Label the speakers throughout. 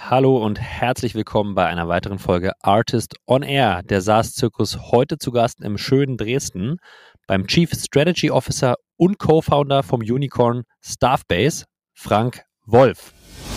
Speaker 1: Hallo und herzlich willkommen bei einer weiteren Folge Artist on Air, der SaaS-Zirkus, heute zu Gast im schönen Dresden beim Chief Strategy Officer und Co-Founder vom Unicorn Staffbase, Frank Wolf.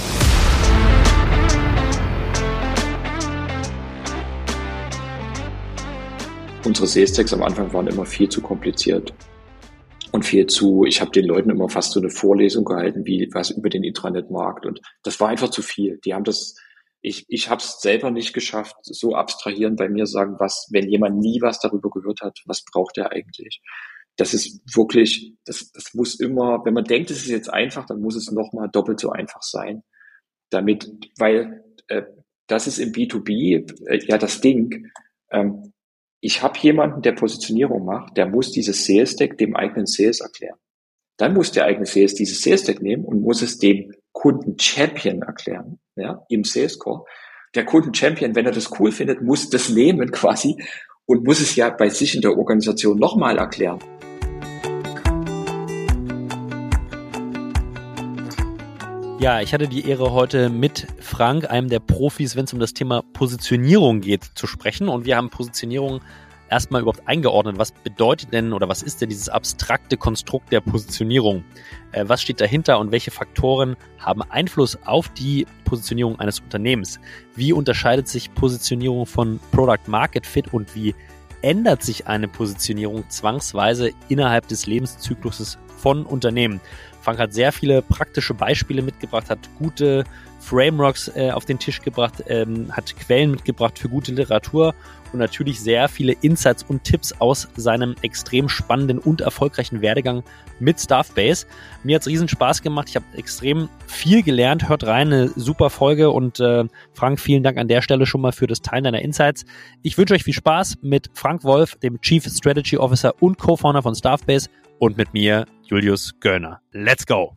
Speaker 2: Unsere Sales-Tags am Anfang waren immer viel zu kompliziert und ich habe den Leuten immer fast so eine Vorlesung gehalten, wie was über den Intranet-Markt, und das war einfach zu viel. Ich habe es selber nicht geschafft, so abstrahieren bei mir sagen, wenn jemand nie was darüber gehört hat, was braucht er eigentlich? Das ist wirklich, das muss immer, wenn man denkt, es ist jetzt einfach, dann muss es nochmal doppelt so einfach sein. Weil das ist im B2B ja das Ding. Ich habe jemanden, der Positionierung macht, der muss dieses Sales Deck dem eigenen Sales erklären. Dann muss der eigene Sales dieses Sales Deck nehmen und muss es dem Kunden Champion erklären, ja, im Sales Call. Der Kunden Champion, wenn er das cool findet, muss das nehmen quasi und muss es ja bei sich in der Organisation nochmal erklären.
Speaker 1: Ja, ich hatte die Ehre, heute mit Frank, einem der Profis, wenn es um das Thema Positionierung geht, zu sprechen. Und wir haben Positionierung erstmal überhaupt eingeordnet. Was bedeutet denn oder was ist denn dieses abstrakte Konstrukt der Positionierung? Was steht dahinter und welche Faktoren haben Einfluss auf die Positionierung eines Unternehmens? Wie unterscheidet sich Positionierung von Product Market Fit und wie ändert sich eine Positionierung zwangsweise innerhalb des Lebenszykluses von Unternehmen? Frank hat sehr viele praktische Beispiele mitgebracht, hat gute Frameworks auf den Tisch gebracht, hat Quellen mitgebracht für gute Literatur und natürlich sehr viele Insights und Tipps aus seinem extrem spannenden und erfolgreichen Werdegang mit Staffbase. Mir hat es riesen Spaß gemacht, ich habe extrem viel gelernt, hört rein, eine super Folge und Frank, vielen Dank an der Stelle schon mal für das Teilen deiner Insights. Ich wünsche euch viel Spaß mit Frank Wolf, dem Chief Strategy Officer und Co-Founder von Staffbase, und mit mir, Julius Göllner. Let's go!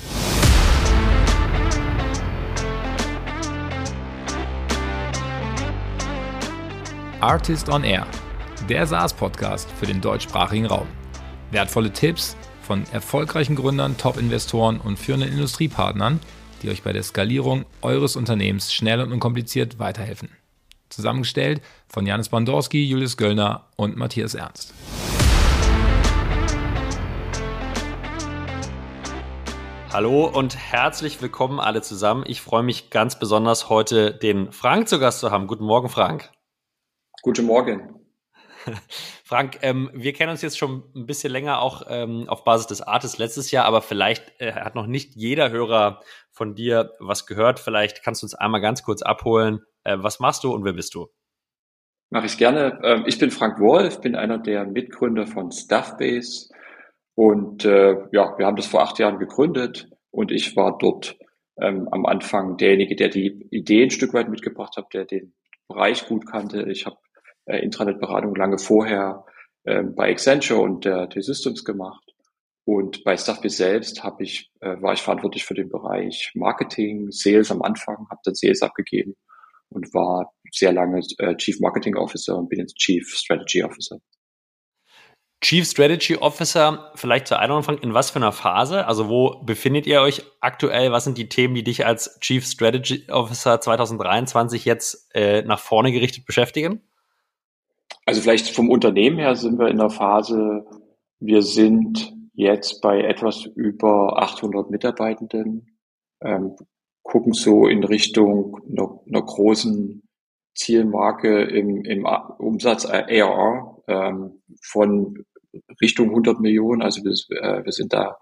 Speaker 3: Artist on Air, der SaaS-Podcast für den deutschsprachigen Raum. Wertvolle Tipps von erfolgreichen Gründern, Top-Investoren und führenden Industriepartnern, die euch bei der Skalierung eures Unternehmens schnell und unkompliziert weiterhelfen. Zusammengestellt von Janis Bandorski, Julius Göllner und Matthias Ernst.
Speaker 1: Hallo und herzlich willkommen alle zusammen. Ich freue mich ganz besonders, heute den Frank zu Gast zu haben. Guten Morgen, Frank.
Speaker 2: Guten Morgen.
Speaker 1: Frank, wir kennen uns jetzt schon ein bisschen länger, auch auf Basis des Artist letztes Jahr, aber vielleicht hat noch nicht jeder Hörer von dir was gehört. Vielleicht kannst du uns einmal ganz kurz abholen. Was machst du und wer bist du?
Speaker 2: Mache ich gerne. Ich bin Frank Wolf, bin einer der Mitgründer von Staffbase. Und wir haben das vor 8 Jahren gegründet und ich war dort am Anfang derjenige, der die Idee ein Stück weit mitgebracht hat, der den Bereich gut kannte. Ich habe Intranetberatung lange vorher bei Accenture und der T-Systems gemacht. Und bei Staffbase selbst war ich verantwortlich für den Bereich Marketing, Sales am Anfang, habe dann Sales abgegeben und war sehr lange Chief Marketing Officer und bin jetzt Chief Strategy Officer.
Speaker 1: Chief Strategy Officer, vielleicht zur Einordnung, in was für einer Phase? Also wo befindet ihr euch aktuell? Was sind die Themen, die dich als Chief Strategy Officer 2023 jetzt nach vorne gerichtet beschäftigen?
Speaker 2: Also vielleicht vom Unternehmen her sind wir in der Phase, wir sind jetzt bei etwas über 800 Mitarbeitenden, gucken so in Richtung einer großen Zielmarke im Umsatz ARR von Richtung 100 Millionen. Also wir sind da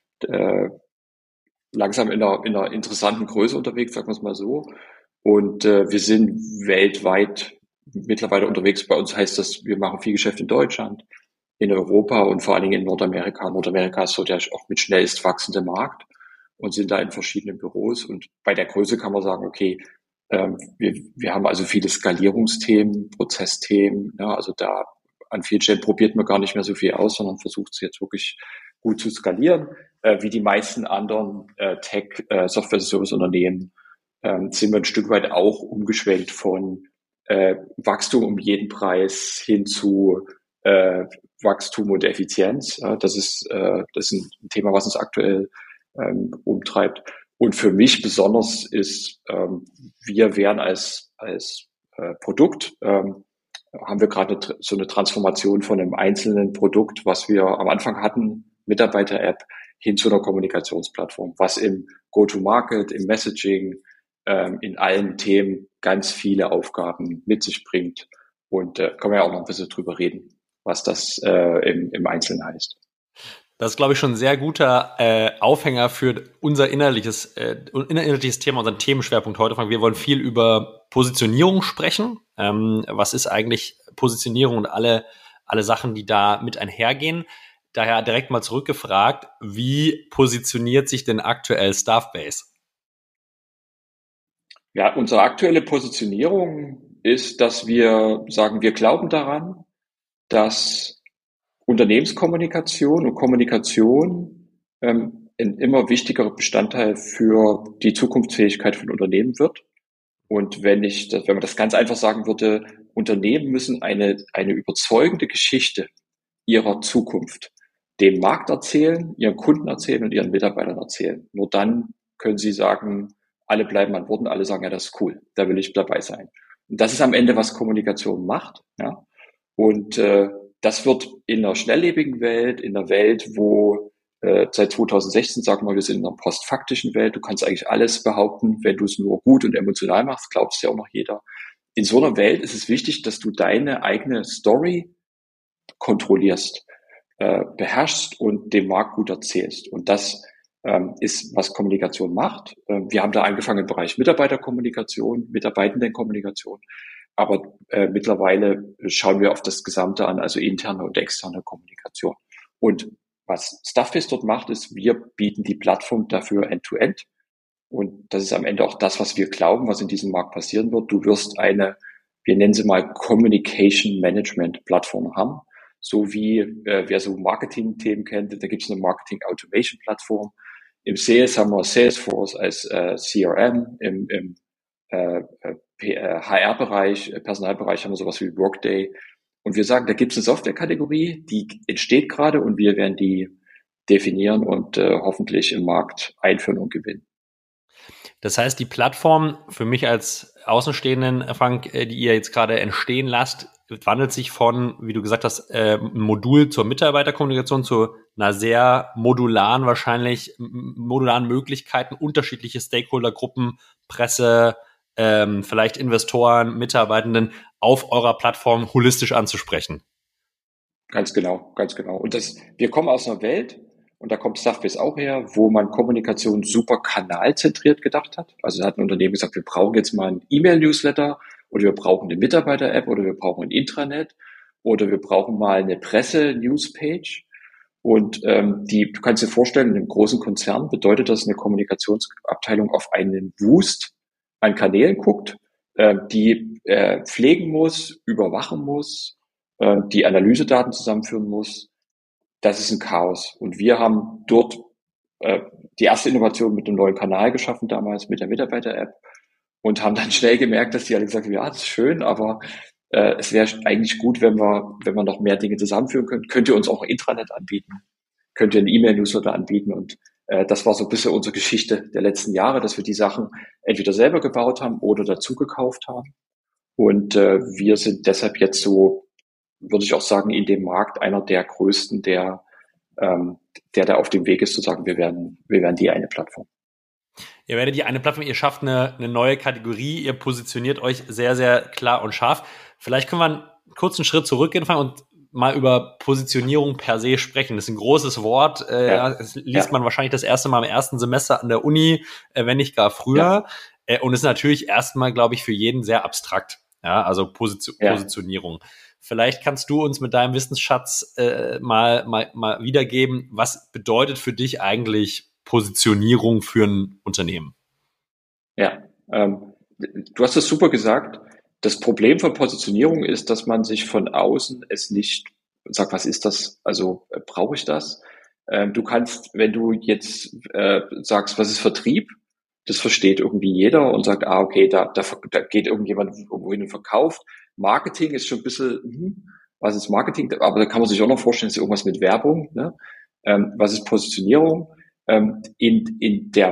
Speaker 2: langsam in einer interessanten Größe unterwegs, sagen wir es mal so. Und wir sind weltweit mittlerweile unterwegs. Bei uns heißt das, wir machen viel Geschäft in Deutschland, in Europa und vor allen Dingen in Nordamerika. Nordamerika ist so der auch mit schnellst wachsende Markt und sind da in verschiedenen Büros. Und bei der Größe kann man sagen, okay, wir haben also viele Skalierungsthemen, Prozessthemen. Ja, also da an vielen Stellen probiert man gar nicht mehr so viel aus, sondern versucht es jetzt wirklich gut zu skalieren. Wie die meisten anderen Software-Service-Unternehmen sind wir ein Stück weit auch umgeschwenkt von Wachstum um jeden Preis hin zu Wachstum und Effizienz. Das ist ein Thema, was uns aktuell umtreibt. Und für mich besonders ist, wir werden als Produkt, haben wir gerade so eine Transformation von einem einzelnen Produkt, was wir am Anfang hatten, Mitarbeiter-App, hin zu einer Kommunikationsplattform, was im Go-to-Market, im Messaging, in allen Themen ganz viele Aufgaben mit sich bringt. Und können wir ja auch noch ein bisschen drüber reden, was das im Einzelnen heißt.
Speaker 1: Das ist, glaube ich, schon ein sehr guter Aufhänger für unser inhaltliches Thema, unseren Themenschwerpunkt heute. Wir wollen viel über Positionierung sprechen. Was ist eigentlich Positionierung und alle Sachen, die da mit einhergehen? Daher direkt mal zurückgefragt, wie positioniert sich denn aktuell Staffbase?
Speaker 2: Ja, unsere aktuelle Positionierung ist, dass wir sagen, wir glauben daran, dass Unternehmenskommunikation und Kommunikation ein immer wichtigerer Bestandteil für die Zukunftsfähigkeit von Unternehmen wird. Und wenn man das ganz einfach sagen würde, Unternehmen müssen eine überzeugende Geschichte ihrer Zukunft dem Markt erzählen, ihren Kunden erzählen und ihren Mitarbeitern erzählen. Nur dann können sie sagen, alle bleiben an Bord und alle sagen, ja, das ist cool, da will ich dabei sein. Und das ist am Ende, was Kommunikation macht. Ja? Und das wird in einer schnelllebigen Welt, in einer Welt, wo seit 2016 sagen wir, wir sind in einer postfaktischen Welt. Du kannst eigentlich alles behaupten, wenn du es nur gut und emotional machst, glaubt es ja auch noch jeder. In so einer Welt ist es wichtig, dass du deine eigene Story kontrollierst, beherrschst und dem Markt gut erzählst. Und das ist, was Kommunikation macht. Wir haben da angefangen im Bereich Mitarbeiterkommunikation, Mitarbeitendenkommunikation. Aber mittlerweile schauen wir auf das Gesamte an, also interne und externe Kommunikation. Und was Staffbase dort macht, ist, wir bieten die Plattform dafür end-to-end. Und das ist am Ende auch das, was wir glauben, was in diesem Markt passieren wird. Du wirst wir nennen sie mal Communication Management Plattform haben. So wie, wer so Marketing-Themen kennt, da gibt es eine Marketing Automation Plattform. Im Sales haben wir Salesforce als CRM, im HR-Bereich, Personalbereich haben wir sowas wie Workday. Und wir sagen, da gibt es eine Softwarekategorie, die entsteht gerade und wir werden die definieren und hoffentlich im Markt einführen und gewinnen.
Speaker 1: Das heißt, die Plattform für mich als Außenstehenden, Frank, die ihr jetzt gerade entstehen lasst, wandelt sich von, wie du gesagt hast, ein Modul zur Mitarbeiterkommunikation zu einer sehr modularen Möglichkeiten, unterschiedliche Stakeholdergruppen, Presse, vielleicht Investoren, Mitarbeitenden auf eurer Plattform holistisch anzusprechen.
Speaker 2: Ganz genau, ganz genau. Und wir kommen aus einer Welt, und da kommt Staffbase auch her, wo man Kommunikation super kanalzentriert gedacht hat. Also da hat ein Unternehmen gesagt, wir brauchen jetzt mal einen E-Mail-Newsletter oder wir brauchen eine Mitarbeiter-App oder wir brauchen ein Intranet oder wir brauchen mal eine Presse-Newspage. Und du kannst dir vorstellen, in einem großen Konzern bedeutet das, eine Kommunikationsabteilung auf einen Wust an Kanälen guckt, die pflegen muss, überwachen muss, die Analysedaten zusammenführen muss. Das ist ein Chaos. Und wir haben dort die erste Innovation mit einem neuen Kanal geschaffen damals, mit der Mitarbeiter-App und haben dann schnell gemerkt, dass die alle gesagt haben, ja, das ist schön, aber es wäre eigentlich gut, wenn wir noch mehr Dinge zusammenführen können. Könnt ihr uns auch ein Intranet anbieten? Könnt ihr einen E-Mail-Newsletter anbieten? Und das war so ein bisschen unsere Geschichte der letzten Jahre, dass wir die Sachen entweder selber gebaut haben oder dazu gekauft haben. Und wir sind deshalb jetzt so, würde ich auch sagen, in dem Markt einer der größten, der da auf dem Weg ist, zu sagen, wir werden die eine Plattform.
Speaker 1: Ihr werdet die eine Plattform, ihr schafft eine neue Kategorie, ihr positioniert euch sehr, sehr klar und scharf. Vielleicht können wir einen kurzen Schritt zurückgehen und mal über Positionierung per se sprechen. Das ist ein großes Wort. Das liest man wahrscheinlich das erste Mal im ersten Semester an der Uni, wenn nicht gar früher. Ja. Und ist natürlich erstmal, glaube ich, für jeden sehr abstrakt. Ja, also Positionierung. Vielleicht kannst du uns mit deinem Wissensschatz mal wiedergeben, was bedeutet für dich eigentlich Positionierung für ein Unternehmen?
Speaker 2: Ja, du hast es super gesagt. Das Problem von Positionierung ist, dass man sich von außen es nicht sagt, was ist das? Also brauche ich das? Du kannst, wenn du jetzt sagst, was ist Vertrieb? Das versteht irgendwie jeder und sagt, okay, da geht irgendjemand irgendwo hin und verkauft. Marketing ist schon ein bisschen, was ist Marketing? Aber da kann man sich auch noch vorstellen, ist irgendwas mit Werbung. Ne? Was ist Positionierung? In der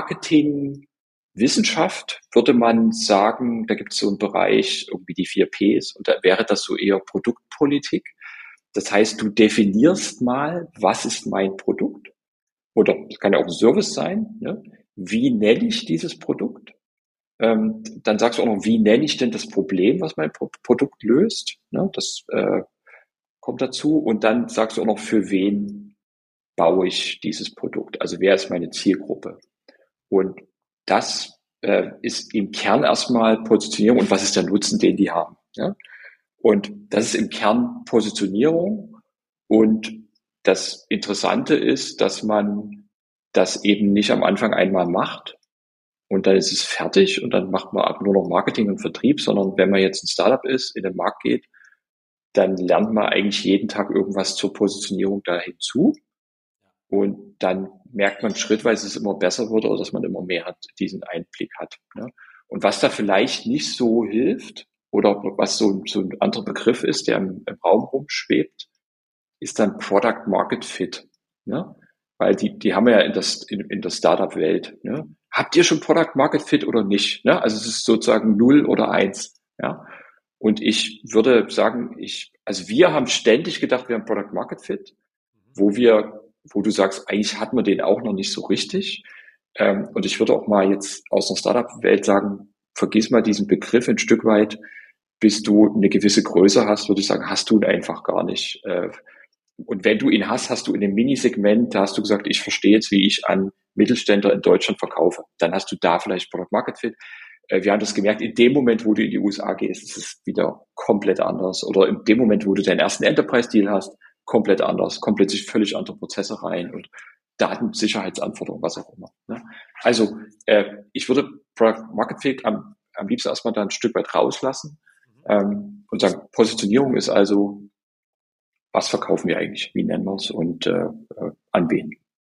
Speaker 2: Marketingwissenschaft würde man sagen, da gibt es so einen Bereich, irgendwie die 4 Ps, und da wäre das so eher Produktpolitik. Das heißt, du definierst mal, was ist mein Produkt? Oder es kann ja auch ein Service sein. Ne? Wie nenne ich dieses Produkt? Dann sagst du auch noch, wie nenne ich denn das Problem, was mein Produkt löst? Ne? Das kommt dazu. Und dann sagst du auch noch, für wen baue ich dieses Produkt? Also wer ist meine Zielgruppe? Und das ist im Kern erstmal Positionierung und was ist der Nutzen, den die haben. Ja? Und das ist im Kern Positionierung. Und das Interessante ist, dass man das eben nicht am Anfang einmal macht und dann ist es fertig und dann macht man nur noch Marketing und Vertrieb, sondern wenn man jetzt ein Startup ist, in den Markt geht, dann lernt man eigentlich jeden Tag irgendwas zur Positionierung da hinzu. Und dann merkt man schrittweise, dass es immer besser wird oder dass man immer mehr hat, diesen Einblick hat. Ne? Und was da vielleicht nicht so hilft oder was so ein anderer Begriff ist, der im Raum rumschwebt, ist dann Product Market Fit. Ne? Weil die haben wir ja in der Startup-Welt. Ne? Habt ihr schon Product Market Fit oder nicht? Ne? Also es ist sozusagen 0 oder 1. Ja? Und ich würde sagen, also wir haben ständig gedacht, wir haben Product Market Fit, wo du sagst, eigentlich hat man den auch noch nicht so richtig. Und ich würde auch mal jetzt aus der Startup-Welt sagen, vergiss mal diesen Begriff ein Stück weit, bis du eine gewisse Größe hast, würde ich sagen, hast du ihn einfach gar nicht. Und wenn du ihn hast, hast du in einem Minisegment, da hast du gesagt, ich verstehe jetzt, wie ich an Mittelständler in Deutschland verkaufe. Dann hast du da vielleicht Product Market Fit. Wir haben das gemerkt, in dem Moment, wo du in die USA gehst, ist es wieder komplett anders. Oder in dem Moment, wo du deinen ersten Enterprise-Deal hast, komplett anders, komplett sich völlig andere Prozesse rein und Datensicherheitsanforderungen, was auch immer. Ne? Also ich würde Product Market Fit am liebsten erstmal da ein Stück weit rauslassen und sagen, Positionierung ist also, was verkaufen wir eigentlich, wie nennen wir es und an wen.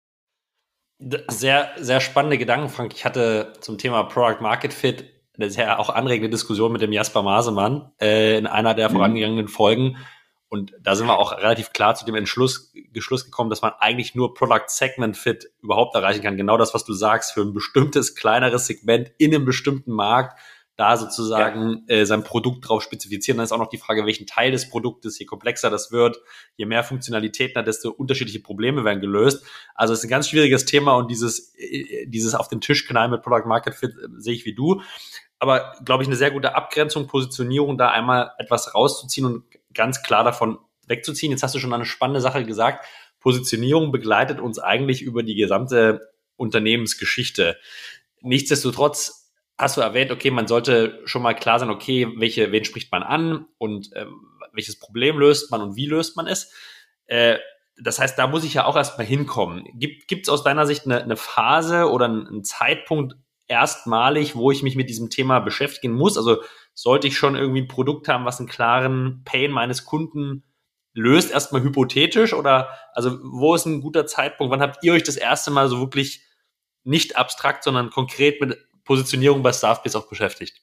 Speaker 1: Sehr, sehr spannende Gedanken, Frank. Ich hatte zum Thema Product Market Fit eine sehr auch anregende Diskussion mit dem Jasper Masemann in einer der vorangegangenen Folgen. Und da sind wir auch relativ klar zu dem Entschluss gekommen, dass man eigentlich nur Product Segment Fit überhaupt erreichen kann. Genau das, was du sagst, für ein bestimmtes, kleineres Segment in einem bestimmten Markt, da sozusagen sein Produkt drauf spezifizieren. Dann ist auch noch die Frage, welchen Teil des Produktes, je komplexer das wird, je mehr Funktionalitäten hat, desto unterschiedliche Probleme werden gelöst. Also es ist ein ganz schwieriges Thema und dieses auf den Tisch knallen mit Product Market Fit sehe ich wie du. Aber, glaube ich, eine sehr gute Abgrenzung, Positionierung, da einmal etwas rauszuziehen und ganz klar davon wegzuziehen. Jetzt hast du schon eine spannende Sache gesagt. Positionierung begleitet uns eigentlich über die gesamte Unternehmensgeschichte. Nichtsdestotrotz hast du erwähnt, okay, man sollte schon mal klar sein, okay, wen spricht man an und welches Problem löst man und wie löst man es. Das heißt, da muss ich ja auch erstmal hinkommen. Gibt es aus deiner Sicht eine Phase oder einen Zeitpunkt erstmalig, wo ich mich mit diesem Thema beschäftigen muss? Also sollte ich schon irgendwie ein Produkt haben, was einen klaren Pain meines Kunden löst, erstmal hypothetisch? Oder also wo ist ein guter Zeitpunkt? Wann habt ihr euch das erste Mal so wirklich nicht abstrakt, sondern konkret mit Positionierung bei Staffbase auch beschäftigt?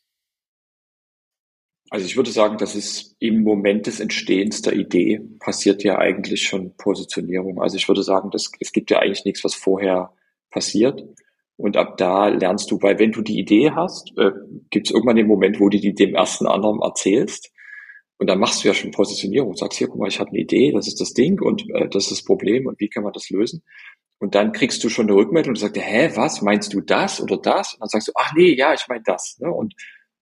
Speaker 2: Also ich würde sagen, das ist im Moment des Entstehens der Idee passiert ja eigentlich schon Positionierung. Also ich würde sagen, es gibt ja eigentlich nichts, was vorher passiert. Und ab da lernst du, weil wenn du die Idee hast, gibt es irgendwann den Moment, wo du die dem ersten anderen erzählst. Und dann machst du ja schon Positionierung. Sagst, hier, guck mal, ich habe eine Idee, das ist das Ding und das ist das Problem und wie kann man das lösen? Und dann kriegst du schon eine Rückmeldung und sagst, was, meinst du das oder das? Und dann sagst du, ach nee, ja, ich meine das. Ne? Und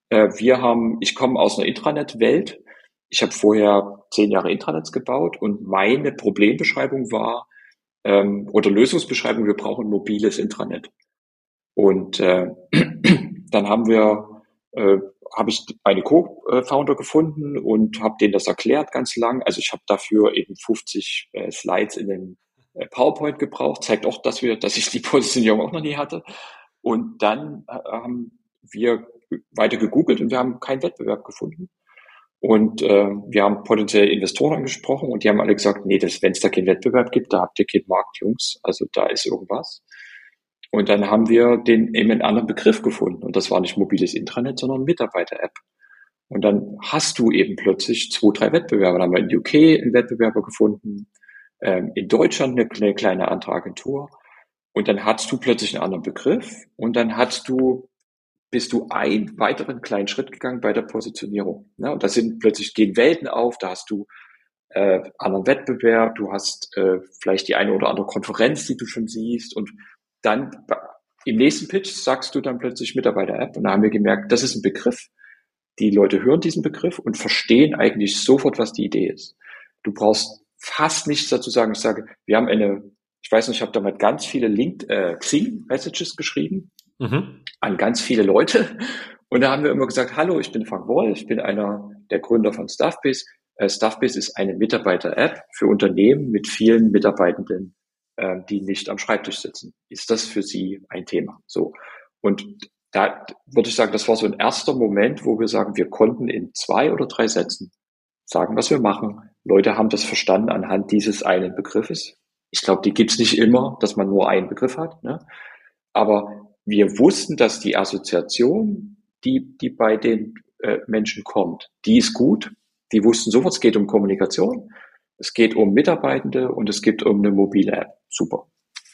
Speaker 2: ich komme aus einer Intranet-Welt. Ich habe vorher 10 Jahre Intranets gebaut und meine Problembeschreibung war, oder Lösungsbeschreibung, wir brauchen ein mobiles Intranet. Und dann habe ich eine Co-Founder gefunden und habe denen das erklärt ganz lang. Also ich habe dafür eben 50 Slides in den PowerPoint gebraucht. Zeigt auch, dass ich die Positionierung auch noch nie hatte. Und dann haben wir weiter gegoogelt und wir haben keinen Wettbewerb gefunden. Und wir haben potenzielle Investoren angesprochen und die haben alle gesagt, nee, wenn es da keinen Wettbewerb gibt, da habt ihr keinen Markt, Jungs. Also da ist irgendwas. Und dann haben wir eben einen anderen Begriff gefunden. Und das war nicht mobiles Intranet, sondern Mitarbeiter-App. Und dann hast du eben plötzlich 2, 3 Wettbewerber. Dann haben wir in UK einen Wettbewerber gefunden, in Deutschland eine kleine andere Agentur. Und dann hast du plötzlich einen anderen Begriff und dann bist du einen weiteren kleinen Schritt gegangen bei der Positionierung. Ne? Und gehen Welten auf, da hast du anderen Wettbewerb, du hast vielleicht die eine oder andere Konferenz, die du schon siehst und dann im nächsten Pitch sagst du dann plötzlich Mitarbeiter-App und da haben wir gemerkt, das ist ein Begriff. Die Leute hören diesen Begriff und verstehen eigentlich sofort, was die Idee ist. Du brauchst fast nichts dazu sagen. Ich sage, wir haben ich weiß nicht, ich habe damit ganz viele Xing-Messages geschrieben an ganz viele Leute. Und da haben wir immer gesagt, hallo, ich bin Frank Woll, ich bin einer der Gründer von Staffbase. Staffbase ist eine Mitarbeiter-App für Unternehmen mit vielen Mitarbeitenden, die nicht am Schreibtisch sitzen. Ist das für Sie ein Thema? So. Und da würde ich sagen, das war so ein erster Moment, wo wir sagen, wir konnten in 2 oder 3 Sätzen sagen, was wir machen. Leute haben das verstanden anhand dieses einen Begriffes. Ich glaube, die gibt's nicht immer, dass man nur einen Begriff hat. Ne? Aber wir wussten, dass die Assoziation, die bei den Menschen kommt, die ist gut. Die wussten sofort, es geht um Kommunikation, es geht um Mitarbeitende und es geht um eine mobile App. Super.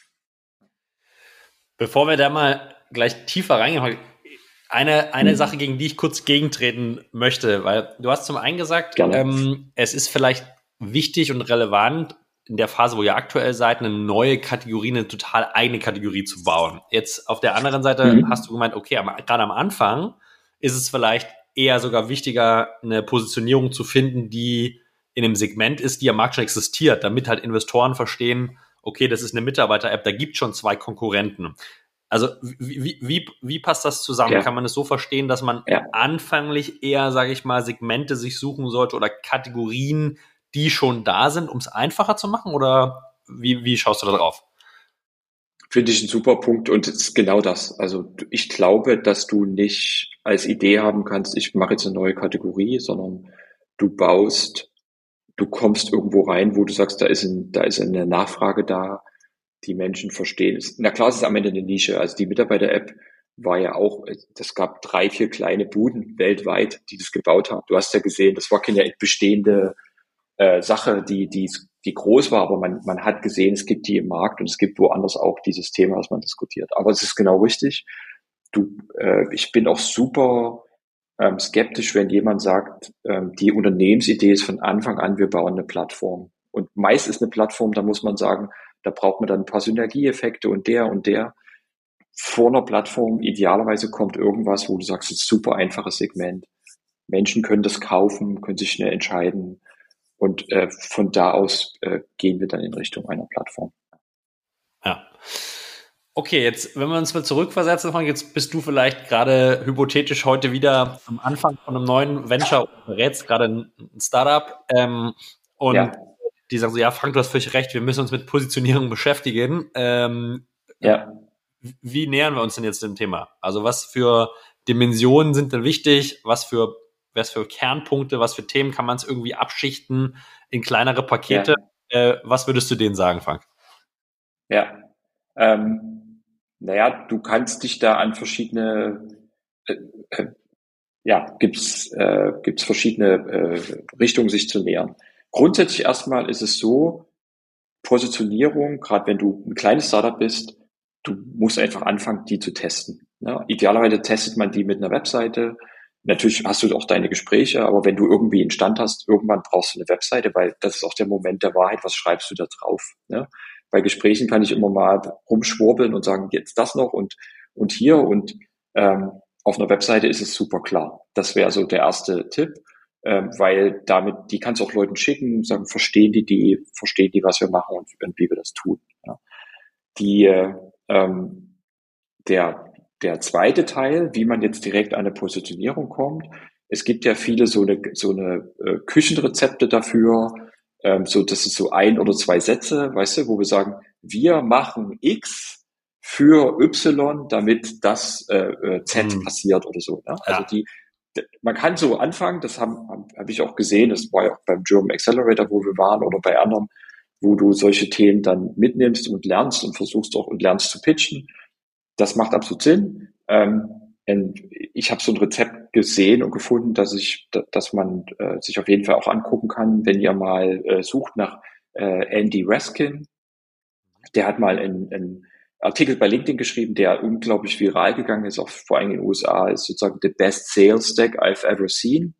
Speaker 1: Bevor wir da mal gleich tiefer reingehen, eine Sache, gegen die ich kurz gegentreten möchte, weil du hast zum einen gesagt, es ist vielleicht wichtig und relevant, in der Phase, wo ihr aktuell seid, eine neue Kategorie, eine total eigene Kategorie zu bauen. Jetzt auf der anderen Seite hast du gemeint, okay, gerade am Anfang ist es vielleicht eher sogar wichtiger, eine Positionierung zu finden, die in einem Segment ist, die am Markt schon existiert, damit halt Investoren verstehen, okay, das ist eine Mitarbeiter-App, da gibt es schon 2 Konkurrenten. Also wie passt das zusammen? Ja. Kann man es so verstehen, dass man anfänglich eher, sage ich mal, Segmente sich suchen sollte oder Kategorien, die schon da sind, um es einfacher zu machen? Oder wie schaust du da drauf?
Speaker 2: Finde ich ein super Punkt und es ist genau das. Also ich glaube, dass du nicht als Idee haben kannst, ich mache jetzt eine neue Kategorie, sondern du kommst irgendwo rein, wo du sagst, da ist eine Nachfrage da, die Menschen verstehen es. Na klar, es ist am Ende eine Nische. Also die Mitarbeiter-App war ja auch, das gab 3, 4 kleine Buden weltweit, die das gebaut haben. Du hast ja gesehen, das war keine bestehende Sache, die groß war, aber man hat gesehen, es gibt die im Markt und es gibt woanders auch dieses Thema, was man diskutiert. Aber es ist genau richtig. Ich bin auch super skeptisch, wenn jemand sagt, die Unternehmensidee ist von Anfang an, wir bauen eine Plattform. Und meist ist eine Plattform, da muss man sagen, da braucht man dann ein paar Synergieeffekte und der. Vor einer Plattform idealerweise kommt irgendwas, wo du sagst, es ist ein super einfaches Segment. Menschen können das kaufen, können sich schnell entscheiden. Und von da aus gehen wir dann in Richtung einer Plattform.
Speaker 1: Ja. Okay, jetzt, wenn wir uns mal zurückversetzen, jetzt bist du vielleicht gerade hypothetisch heute wieder am Anfang von einem neuen Venture oder berätst gerade ein Startup und die sagen so, ja, Frank, du hast völlig recht, wir müssen uns mit Positionierung beschäftigen. Wie nähern wir uns denn jetzt dem Thema? Also was für Dimensionen sind denn wichtig? Was für Kernpunkte, was für Themen kann man es irgendwie abschichten in kleinere Pakete? Was würdest du denen sagen, Frank?
Speaker 2: Ja, du kannst dich da an verschiedene, gibt's verschiedene Richtungen, sich zu nähern. Grundsätzlich erstmal ist es so, Positionierung, gerade wenn du ein kleines Startup bist, du musst einfach anfangen, die zu testen. Ja, idealerweise testet man die mit einer Webseite. Natürlich hast du auch deine Gespräche, aber wenn du irgendwie einen Stand hast, irgendwann brauchst du eine Webseite, weil das ist auch der Moment der Wahrheit, was schreibst du da drauf? Ne? Bei Gesprächen kann ich immer mal rumschwurbeln und sagen, jetzt das noch und hier und auf einer Webseite ist es super klar. Das wäre so der erste Tipp, weil damit, die kannst du auch Leuten schicken, sagen, verstehen die, was wir machen und wie wir das tun. Ja. Der zweite Teil, wie man jetzt direkt an eine Positionierung kommt. Es gibt ja viele so eine Küchenrezepte dafür. Das ist so 1 oder 2 Sätze, weißt du, wo wir sagen, wir machen X für Y, damit das Z passiert oder so. Ne? Also man kann so anfangen, das hab ich auch gesehen, das war ja auch beim German Accelerator, wo wir waren, oder bei anderen, wo du solche Themen dann mitnimmst und lernst und versuchst auch und lernst zu pitchen. Das macht absolut Sinn. Ich habe so ein Rezept gesehen und gefunden, dass man sich auf jeden Fall auch angucken kann, wenn ihr mal sucht nach Andy Raskin. Der hat mal ein Artikel bei LinkedIn geschrieben, der unglaublich viral gegangen ist, auch vor allem in den USA, ist sozusagen the best sales deck I've ever seen.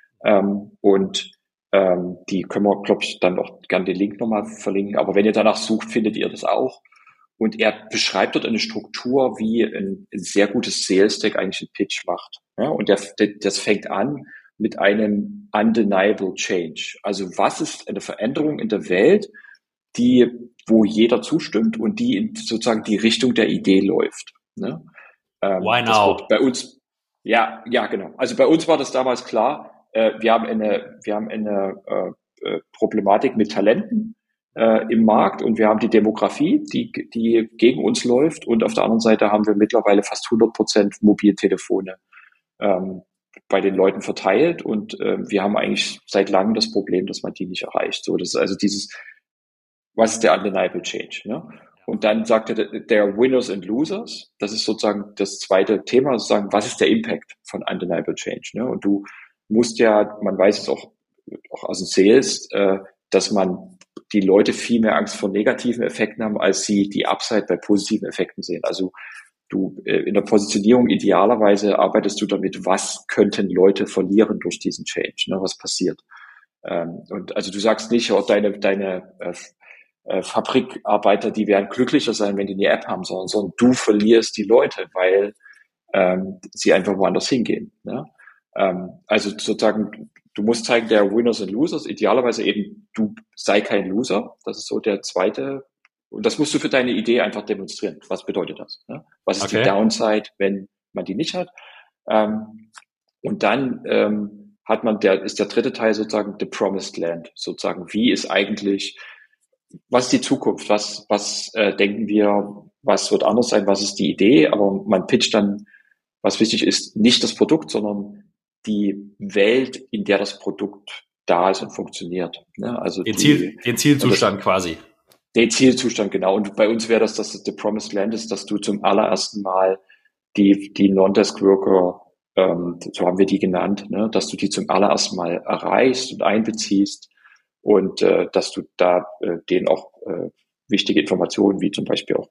Speaker 2: Die können wir, glaube ich, dann auch gerne den Link nochmal verlinken. Aber wenn ihr danach sucht, findet ihr das auch. Und er beschreibt dort eine Struktur, wie ein sehr gutes Sales Deck eigentlich einen Pitch macht. Ja, und das fängt an mit einem undeniable change. Also was ist eine Veränderung in der Welt, wo jeder zustimmt und die in sozusagen die Richtung der Idee läuft. Ne?
Speaker 1: Why now?
Speaker 2: Bei uns, ja, genau. Also bei uns war das damals klar. Wir haben eine Problematik mit Talenten im Markt und wir haben die Demografie, die gegen uns läuft, und auf der anderen Seite haben wir mittlerweile fast 100% Mobiltelefone bei den Leuten verteilt, und wir haben eigentlich seit langem das Problem, dass man die nicht erreicht. So, das ist also was ist der undeniable change? Ne? Und dann sagt er, there are winners and losers. Das ist sozusagen das zweite Thema, sozusagen, was ist der Impact von undeniable change? Ne? Und du musst ja, man weiß es auch aus dem Sales, dass man die Leute viel mehr Angst vor negativen Effekten haben, als sie die Upside bei positiven Effekten sehen. Also du in der Positionierung idealerweise arbeitest du damit, was könnten Leute verlieren durch diesen Change, ne? Was passiert? Und also du sagst nicht, oh, deine Fabrikarbeiter, die werden glücklicher sein, wenn die eine App haben, sondern du verlierst die Leute, weil sie einfach woanders hingehen. Ne? Also sozusagen, du musst zeigen, der Winners and Losers, idealerweise eben, du sei kein Loser. Das ist so der zweite. Und das musst du für deine Idee einfach demonstrieren. Was bedeutet das? Ne? Was ist die Downside, wenn man die nicht hat? Und dann ist der dritte Teil sozusagen the promised land. Sozusagen, was ist die Zukunft? Was denken wir, was wird anders sein? Was ist die Idee? Aber man pitcht dann, was wichtig ist, nicht das Produkt, sondern die Welt, in der das Produkt da ist und funktioniert. Ne? Also
Speaker 1: den Zielzustand quasi.
Speaker 2: Den Zielzustand, genau. Und bei uns wäre das the promised land ist, dass du zum allerersten Mal die Non-Desk Worker, so haben wir die genannt, ne? Dass du die zum allerersten Mal erreichst und einbeziehst. Und dass du da denen auch wichtige Informationen, wie zum Beispiel auch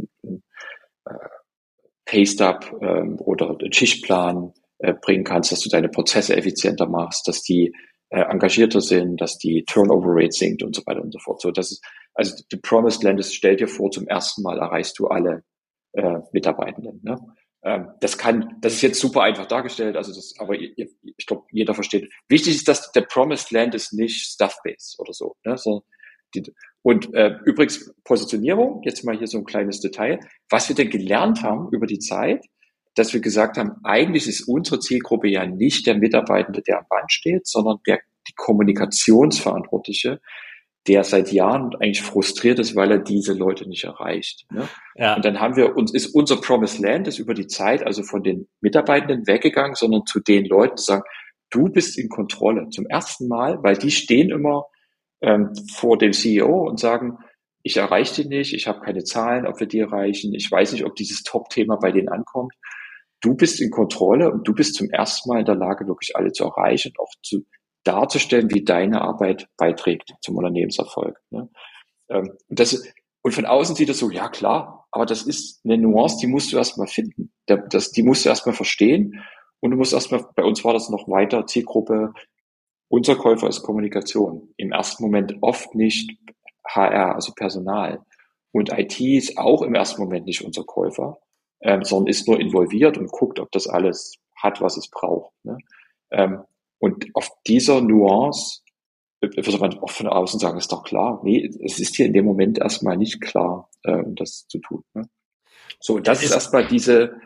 Speaker 2: Paystub oder Schichtplan bringen kannst, dass du deine Prozesse effizienter machst, dass die engagierter sind, dass die Turnover Rate sinkt und so weiter und so fort. So, das ist also the Promised Land. Stell dir vor, zum ersten Mal erreichst du alle Mitarbeitenden. Ne? Das ist jetzt super einfach dargestellt, aber ich glaube, jeder versteht. Wichtig ist, dass der Promised Land ist nicht Stuff-Based oder so. Ne? Übrigens Positionierung, jetzt mal hier so ein kleines Detail. Was wir denn gelernt haben über die Zeit, dass wir gesagt haben, eigentlich ist unsere Zielgruppe ja nicht der Mitarbeitende, der am Band steht, sondern die Kommunikationsverantwortliche, der seit Jahren eigentlich frustriert ist, weil er diese Leute nicht erreicht. Ne? Ja. Und dann ist unser Promised Land ist über die Zeit, also von den Mitarbeitenden weggegangen, sondern zu den Leuten zu sagen, du bist in Kontrolle zum ersten Mal, weil die stehen immer vor dem CEO und sagen, ich erreiche die nicht, ich habe keine Zahlen, ob wir die erreichen, ich weiß nicht, ob dieses Top-Thema bei denen ankommt. Du bist in Kontrolle und du bist zum ersten Mal in der Lage, wirklich alle zu erreichen und auch darzustellen, wie deine Arbeit beiträgt zum Unternehmenserfolg. Ne? Und von außen sieht es so, ja klar, aber das ist eine Nuance, die musst du erstmal finden. Die musst du erstmal verstehen, und du musst erstmal, bei uns war das noch weiter, Zielgruppe, unser Käufer ist Kommunikation. Im ersten Moment oft nicht HR, also Personal. Und IT ist auch im ersten Moment nicht unser Käufer, sondern ist nur involviert und guckt, ob das alles hat, was es braucht. Ne? Und auf dieser Nuance würde man auch von außen sagen, ist doch klar. Nee, es ist hier in dem Moment erstmal nicht klar, das zu tun. Ne? So, das ist erstmal diesen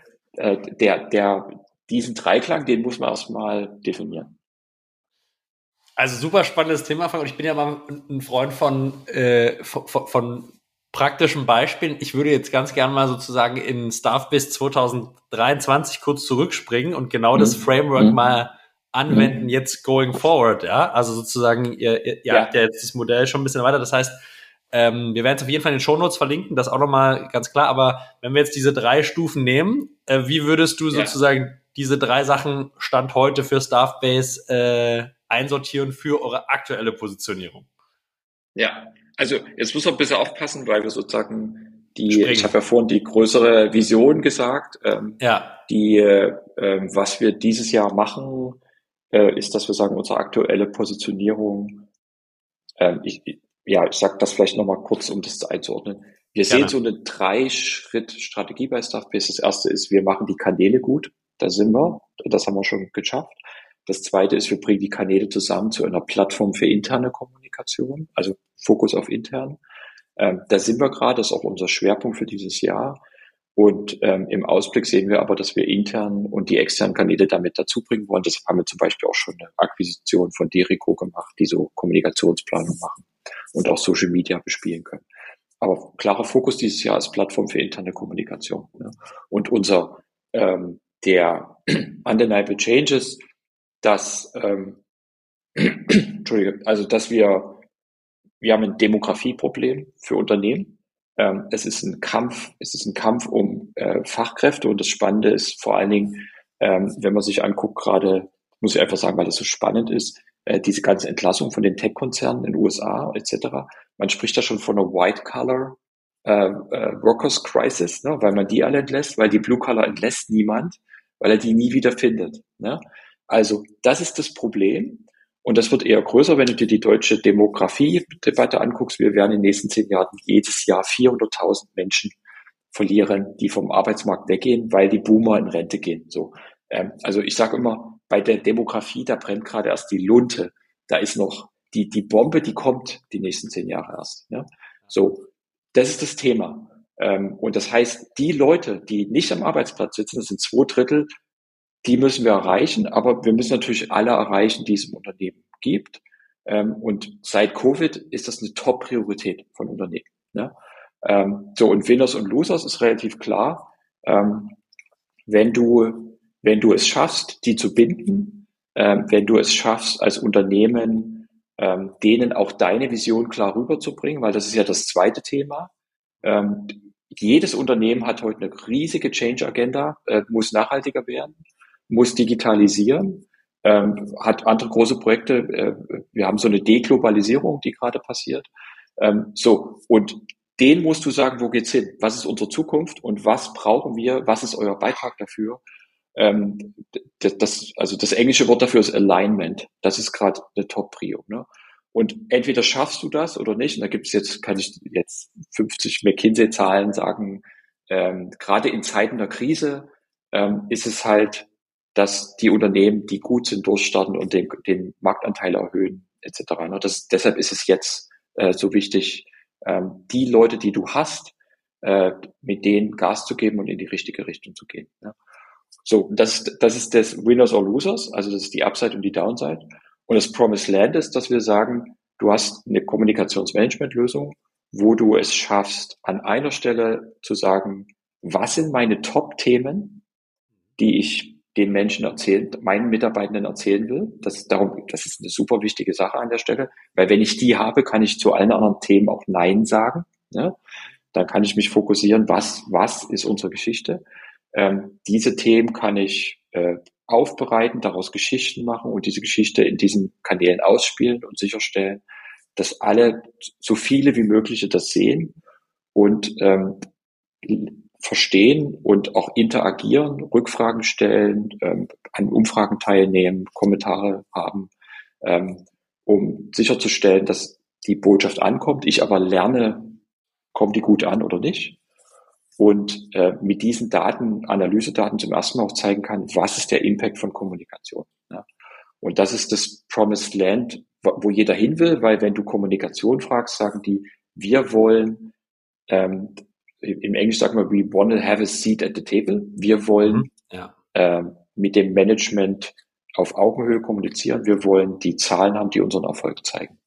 Speaker 2: Dreiklang, den muss man erstmal definieren.
Speaker 1: Also super spannendes Thema, Frank. Und ich bin ja mal ein Freund von praktischen Beispielen. Ich würde jetzt ganz gerne mal sozusagen in Staff bis 2023 kurz zurückspringen und genau das Framework mal anwenden, jetzt going forward. Ja, also sozusagen, ihr habt ja jetzt das Modell schon ein bisschen weiter. Das heißt, wir werden es auf jeden Fall in den Shownotes verlinken, das auch nochmal ganz klar. Aber wenn wir jetzt diese 3 Stufen nehmen, wie würdest du sozusagen diese 3 Sachen Stand heute für Staffbase einsortieren für eure aktuelle Positionierung?
Speaker 2: Ja, also jetzt muss man ein bisschen aufpassen, weil wir sozusagen Ich habe ja vorhin die größere Vision gesagt. Was wir dieses Jahr machen, ist, dass wir sagen, unsere aktuelle Positionierung, ich sage das vielleicht nochmal kurz, um das einzuordnen. Wir sehen so eine 3-Schritt-Strategie bei Staffbase. Das erste ist, wir machen die Kanäle gut. Da sind wir. Das haben wir schon geschafft. Das zweite ist, wir bringen die Kanäle zusammen zu einer Plattform für interne Kommunikation, also Fokus auf intern. Da sind wir gerade, das ist auch unser Schwerpunkt für dieses Jahr. Und im Ausblick sehen wir aber, dass wir intern und die externen Kanäle damit dazu bringen wollen. Deshalb haben wir zum Beispiel auch schon eine Akquisition von Derico gemacht, die so Kommunikationsplanung machen und auch Social Media bespielen können. Aber klarer Fokus dieses Jahr ist Plattform für interne Kommunikation. Ne? Und unser der Undeniable Change ist, dass Entschuldige, also dass wir haben ein Demografieproblem für Unternehmen. Es ist ein Kampf um Fachkräfte, und das Spannende ist vor allen Dingen, wenn man sich anguckt, gerade, muss ich einfach sagen, weil das so spannend ist, diese ganze Entlassung von den Tech-Konzernen in den USA etc. Man spricht da schon von einer White-Collar Workers Crisis, ne, weil man die alle entlässt, weil die Blue-Collar entlässt niemand, weil er die nie wieder findet. Ne? Also das ist das Problem. Und das wird eher größer, wenn du dir die deutsche Demografie-Debatte anguckst. Wir werden in den nächsten 10 Jahren jedes Jahr 400.000 Menschen verlieren, die vom Arbeitsmarkt weggehen, weil die Boomer in Rente gehen. So, also ich sage immer, bei der Demografie, da brennt gerade erst die Lunte. Da ist noch die Bombe, die kommt die nächsten 10 Jahre erst. Ne? So, das ist das Thema. Und das heißt, die Leute, die nicht am Arbeitsplatz sitzen, das sind 2/3, die müssen wir erreichen, aber wir müssen natürlich alle erreichen, die es im Unternehmen gibt. Und seit Covid ist das eine Top-Priorität von Unternehmen. Ne? Und Winners und Losers ist relativ klar. Wenn du es schaffst, die zu binden, wenn du es schaffst, als Unternehmen denen auch deine Vision klar rüberzubringen, weil das ist ja das zweite Thema. Jedes Unternehmen hat heute eine riesige Change-Agenda, muss nachhaltiger werden, muss digitalisieren, hat andere große Projekte. Wir haben so eine Deglobalisierung, die gerade passiert. Und denen musst du sagen, wo geht's hin? Was ist unsere Zukunft und was brauchen wir? Was ist euer Beitrag dafür? Das englische Wort dafür ist Alignment. Das ist gerade eine Top-Prio. Ne? Und entweder schaffst du das oder nicht. Und da kann ich jetzt 50 McKinsey-Zahlen sagen. Gerade in Zeiten der Krise ist es halt, dass die Unternehmen, die gut sind, durchstarten und den Marktanteil erhöhen, etc. Deshalb ist es jetzt so wichtig, die Leute, die du hast, mit denen Gas zu geben und in die richtige Richtung zu gehen. Ne? So, das ist das Winners or Losers, also das ist die Upside und die Downside. Und das Promised Land ist, dass wir sagen, du hast eine Kommunikationsmanagement-Lösung, wo du es schaffst, an einer Stelle zu sagen, was sind meine Top-Themen, die ich den Menschen meinen Mitarbeitenden erzählen will. Das ist eine super wichtige Sache an der Stelle, weil wenn ich die habe, kann ich zu allen anderen Themen auch Nein sagen. Ne? Dann kann ich mich fokussieren, was ist unsere Geschichte. Diese Themen kann ich aufbereiten, daraus Geschichten machen und diese Geschichte in diesen Kanälen ausspielen und sicherstellen, dass alle, so viele wie möglich das sehen und verstehen und auch interagieren, Rückfragen stellen, an Umfragen teilnehmen, Kommentare haben, um sicherzustellen, dass die Botschaft ankommt. Ich aber lerne, kommt die gut an oder nicht? Und mit diesen Analysedaten zum ersten Mal auch zeigen kann, was ist der Impact von Kommunikation. Ja? Und das ist das Promised Land, wo jeder hin will, weil wenn du Kommunikation fragst, sagen die, wir wollen, im Englisch sagen wir, we want to have a seat at the table. Wir wollen mit dem Management auf Augenhöhe kommunizieren. Wir wollen die Zahlen haben, die unseren Erfolg zeigen.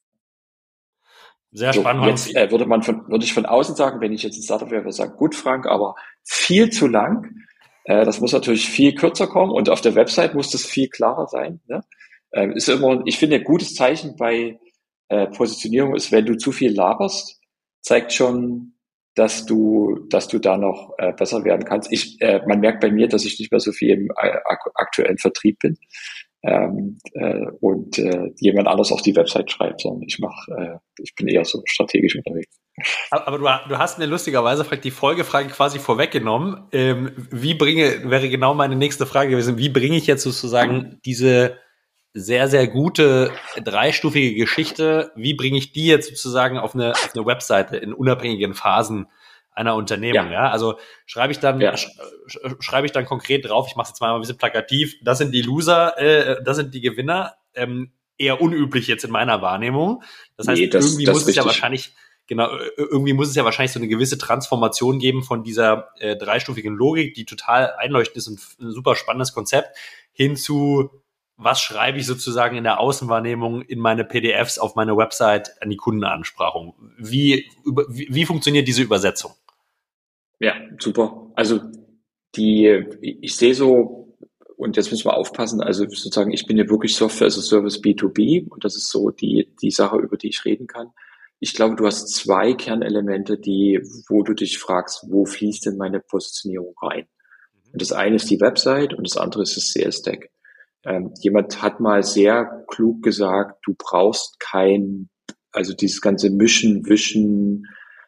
Speaker 1: Sehr spannend.
Speaker 2: Jetzt würde ich von außen sagen, wenn ich jetzt ein Startup wäre, würde ich sagen, gut, Frank, aber viel zu lang. Das muss natürlich viel kürzer kommen und auf der Website muss das viel klarer sein. Ne? Ich finde, ein gutes Zeichen bei Positionierung ist, wenn du zu viel laberst, zeigt schon, dass du da noch besser werden kannst. Man merkt bei mir, dass ich nicht mehr so viel im aktuellen Vertrieb bin. jemand anders auf die Website schreibt, sondern ich bin eher so strategisch unterwegs.
Speaker 1: Aber du hast mir lustigerweise die Folgefrage quasi vorweggenommen. Wäre genau meine nächste Frage gewesen, wie bringe ich jetzt sozusagen diese sehr, sehr gute dreistufige Geschichte, wie bringe ich die jetzt sozusagen auf eine Webseite in unabhängigen Phasen einer Unternehmung? Ja? Also schreibe ich dann konkret drauf, ich mache es jetzt mal ein bisschen plakativ, das sind die Loser, das sind die Gewinner, eher unüblich jetzt in meiner Wahrnehmung. Das heißt, irgendwie muss es ja wahrscheinlich so eine gewisse Transformation geben von dieser dreistufigen Logik, die total einleuchtend ist und ein super spannendes Konzept, hin zu was schreibe ich sozusagen in der Außenwahrnehmung in meine PDFs auf meine Website an die Kundenansprachung? Wie funktioniert diese Übersetzung?
Speaker 2: Ja, super. Also ich sehe so, und jetzt müssen wir aufpassen, also sozusagen, ich bin ja wirklich Software as a Service B2B und das ist so die Sache, über die ich reden kann. Ich glaube, du hast zwei Kernelemente, wo du dich fragst, wo fließt denn meine Positionierung rein? Und das eine ist die Website und das andere ist das Sales-Deck. Jemand hat mal sehr klug gesagt, du brauchst also dieses ganze Mischen, Wischen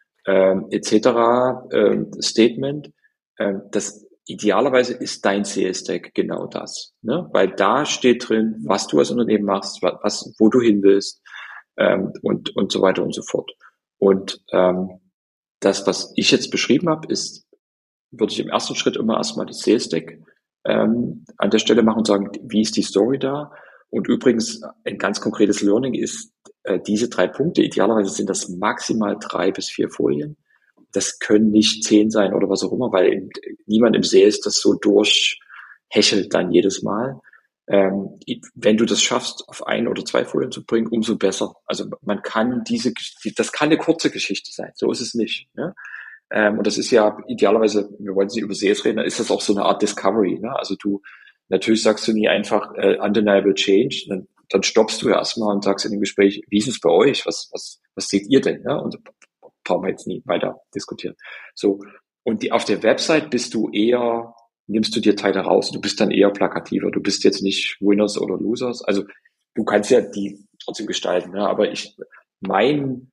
Speaker 2: etc. Statement. Das idealerweise ist dein Sales-Deck genau das, ne? Weil da steht drin, was du als Unternehmen machst, wo du hin willst und so weiter und so fort. Und das, was ich jetzt beschrieben habe, würde ich im ersten Schritt immer erstmal das Sales-Deck an der Stelle machen und sagen, wie ist die Story da? Und übrigens ein ganz konkretes Learning ist, diese 3 Punkte, idealerweise sind das maximal 3 bis 4 Folien. Das können nicht 10 sein oder was auch immer, weil niemand im Sales das so durchhechelt dann jedes Mal. Wenn du das schaffst, auf 1 oder 2 Folien zu bringen, umso besser. Also man kann das kann eine kurze Geschichte sein, so ist es nicht. Ne? Und das ist ja idealerweise, wir wollen nicht über Sales reden, dann ist das auch so eine Art Discovery. Ne? Also natürlich sagst du nie einfach undeniable change, dann stoppst du ja erstmal und sagst in dem Gespräch, wie ist es bei euch? Was seht ihr denn? Ne? Und brauchen wir jetzt nie weiter diskutieren. So. Und auf der Website nimmst du dir Teile raus, du bist dann eher plakativer, du bist jetzt nicht Winners oder Losers. Also du kannst ja die trotzdem gestalten, ne? Aber meine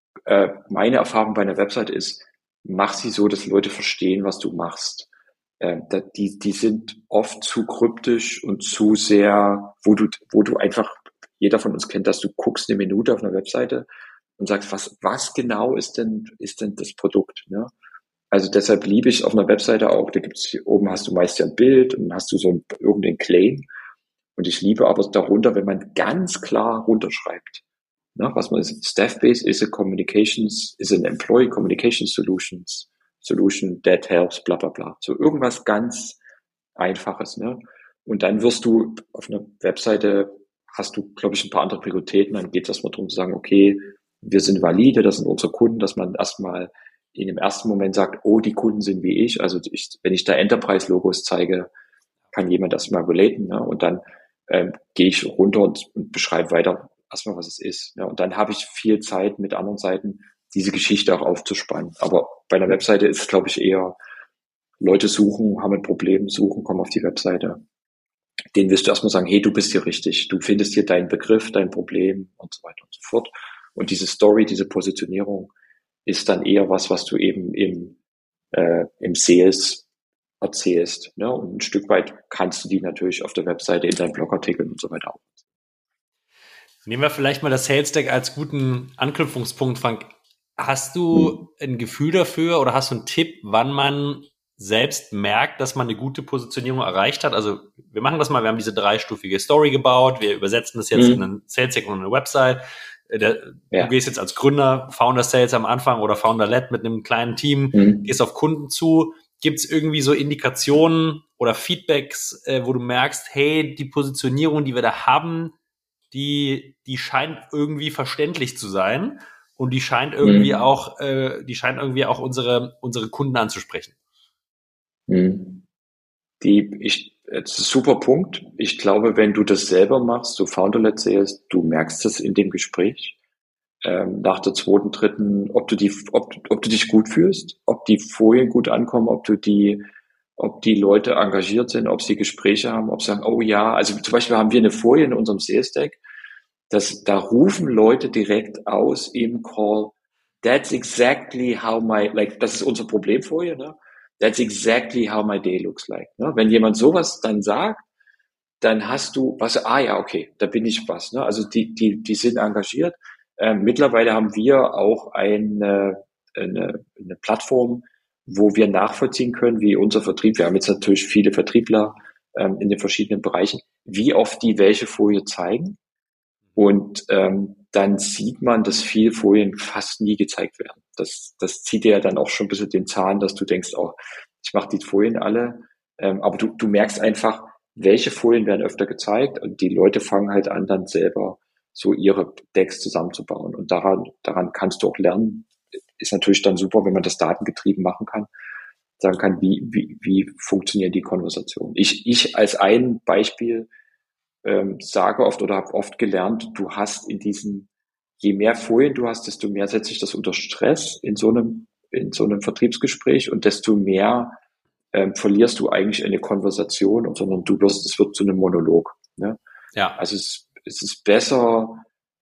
Speaker 2: Erfahrung bei einer Website ist, mach sie so, dass Leute verstehen, was du machst. Die sind oft zu kryptisch und zu sehr, wo du einfach, jeder von uns kennt das, du guckst eine Minute auf einer Webseite und sagst, was genau ist denn das Produkt, ne? Also deshalb liebe ich auf einer Webseite auch, oben hast du meist ja ein Bild und dann hast du so irgendeinen Claim. Und ich liebe aber darunter, wenn man ganz klar runterschreibt, ne, was man ist. Staffbase is an employee communication solution that helps, bla, bla, bla. So irgendwas ganz Einfaches, ne? Und dann wirst du auf einer Webseite, hast du, glaube ich, ein paar andere Prioritäten. Dann geht es erstmal darum zu sagen, okay, wir sind valide, das sind unsere Kunden, dass man erstmal in dem ersten Moment sagt, oh, die Kunden sind wie ich. Also wenn ich da Enterprise-Logos zeige, kann jemand erstmal relaten, ne? Und dann gehe ich runter und beschreibe weiter erstmal, was es ist. Ne? Und dann habe ich viel Zeit mit anderen Seiten, diese Geschichte auch aufzuspannen. Aber bei einer Webseite ist es, glaube ich, eher Leute suchen, haben ein Problem, kommen auf die Webseite. Denen wirst du erstmal sagen, hey, du bist hier richtig, du findest hier deinen Begriff, dein Problem und so weiter und so fort. Und diese Story, diese Positionierung ist dann eher was du eben im Sales erzählst. Ne? Und ein Stück weit kannst du die natürlich auf der Webseite in deinen Blogartikeln und so weiter auch.
Speaker 1: Nehmen wir vielleicht mal das Sales Deck als guten Anknüpfungspunkt, Frank. Hast du ein Gefühl dafür oder hast du einen Tipp, wann man selbst merkt, dass man eine gute Positionierung erreicht hat? Also wir machen das mal, wir haben diese dreistufige Story gebaut, wir übersetzen das jetzt in einen Sales Deck und eine Website. Du gehst jetzt als Gründer, Founder Sales am Anfang oder Founder-led mit einem kleinen Team, gehst auf Kunden zu. Gibt es irgendwie so Indikationen oder Feedbacks, wo du merkst, hey, die Positionierung, die wir da haben, die scheint irgendwie verständlich zu sein und die scheint irgendwie auch unsere Kunden anzusprechen?
Speaker 2: Das ist ein super Punkt. Ich glaube, wenn du das selber machst, so Founder-led Sales, du merkst das in dem Gespräch. Nach der zweiten, dritten, ob du dich gut fühlst, ob die Folien gut ankommen, ob du ob die Leute engagiert sind, ob sie Gespräche haben, ob sie sagen, oh ja, also zum Beispiel haben wir eine Folie in unserem Sales Deck, da rufen Leute direkt aus im Call, that's exactly how das ist unsere Problemfolie, ne? That's exactly how my day looks like. Ne? Wenn jemand sowas dann sagt, dann hast du was, ja, okay, da bin ich was. Ne? Also die sind engagiert. Mittlerweile haben wir auch eine Plattform, wo wir nachvollziehen können, wie unser Vertrieb, wir haben jetzt natürlich viele Vertriebler in den verschiedenen Bereichen, wie oft die welche Folie zeigen. Und dann sieht man, dass viele Folien fast nie gezeigt werden. Das zieht dir ja dann auch schon ein bisschen den Zahn, dass du denkst, oh, ich mache die Folien alle. Aber du merkst einfach, welche Folien werden öfter gezeigt und die Leute fangen halt an, dann selber so ihre Decks zusammenzubauen. Und daran kannst du auch lernen. Ist natürlich dann super, wenn man das datengetrieben machen kann, sagen kann, wie funktionieren die Konversationen. Ich als ein Beispiel sage oft oder habe oft gelernt, du hast je mehr Folien du hast, desto mehr setzt sich das unter Stress in so einem Vertriebsgespräch und desto mehr verlierst du eigentlich eine Konversation, sondern es wird zu einem Monolog. Ne? Ja. Also es ist besser,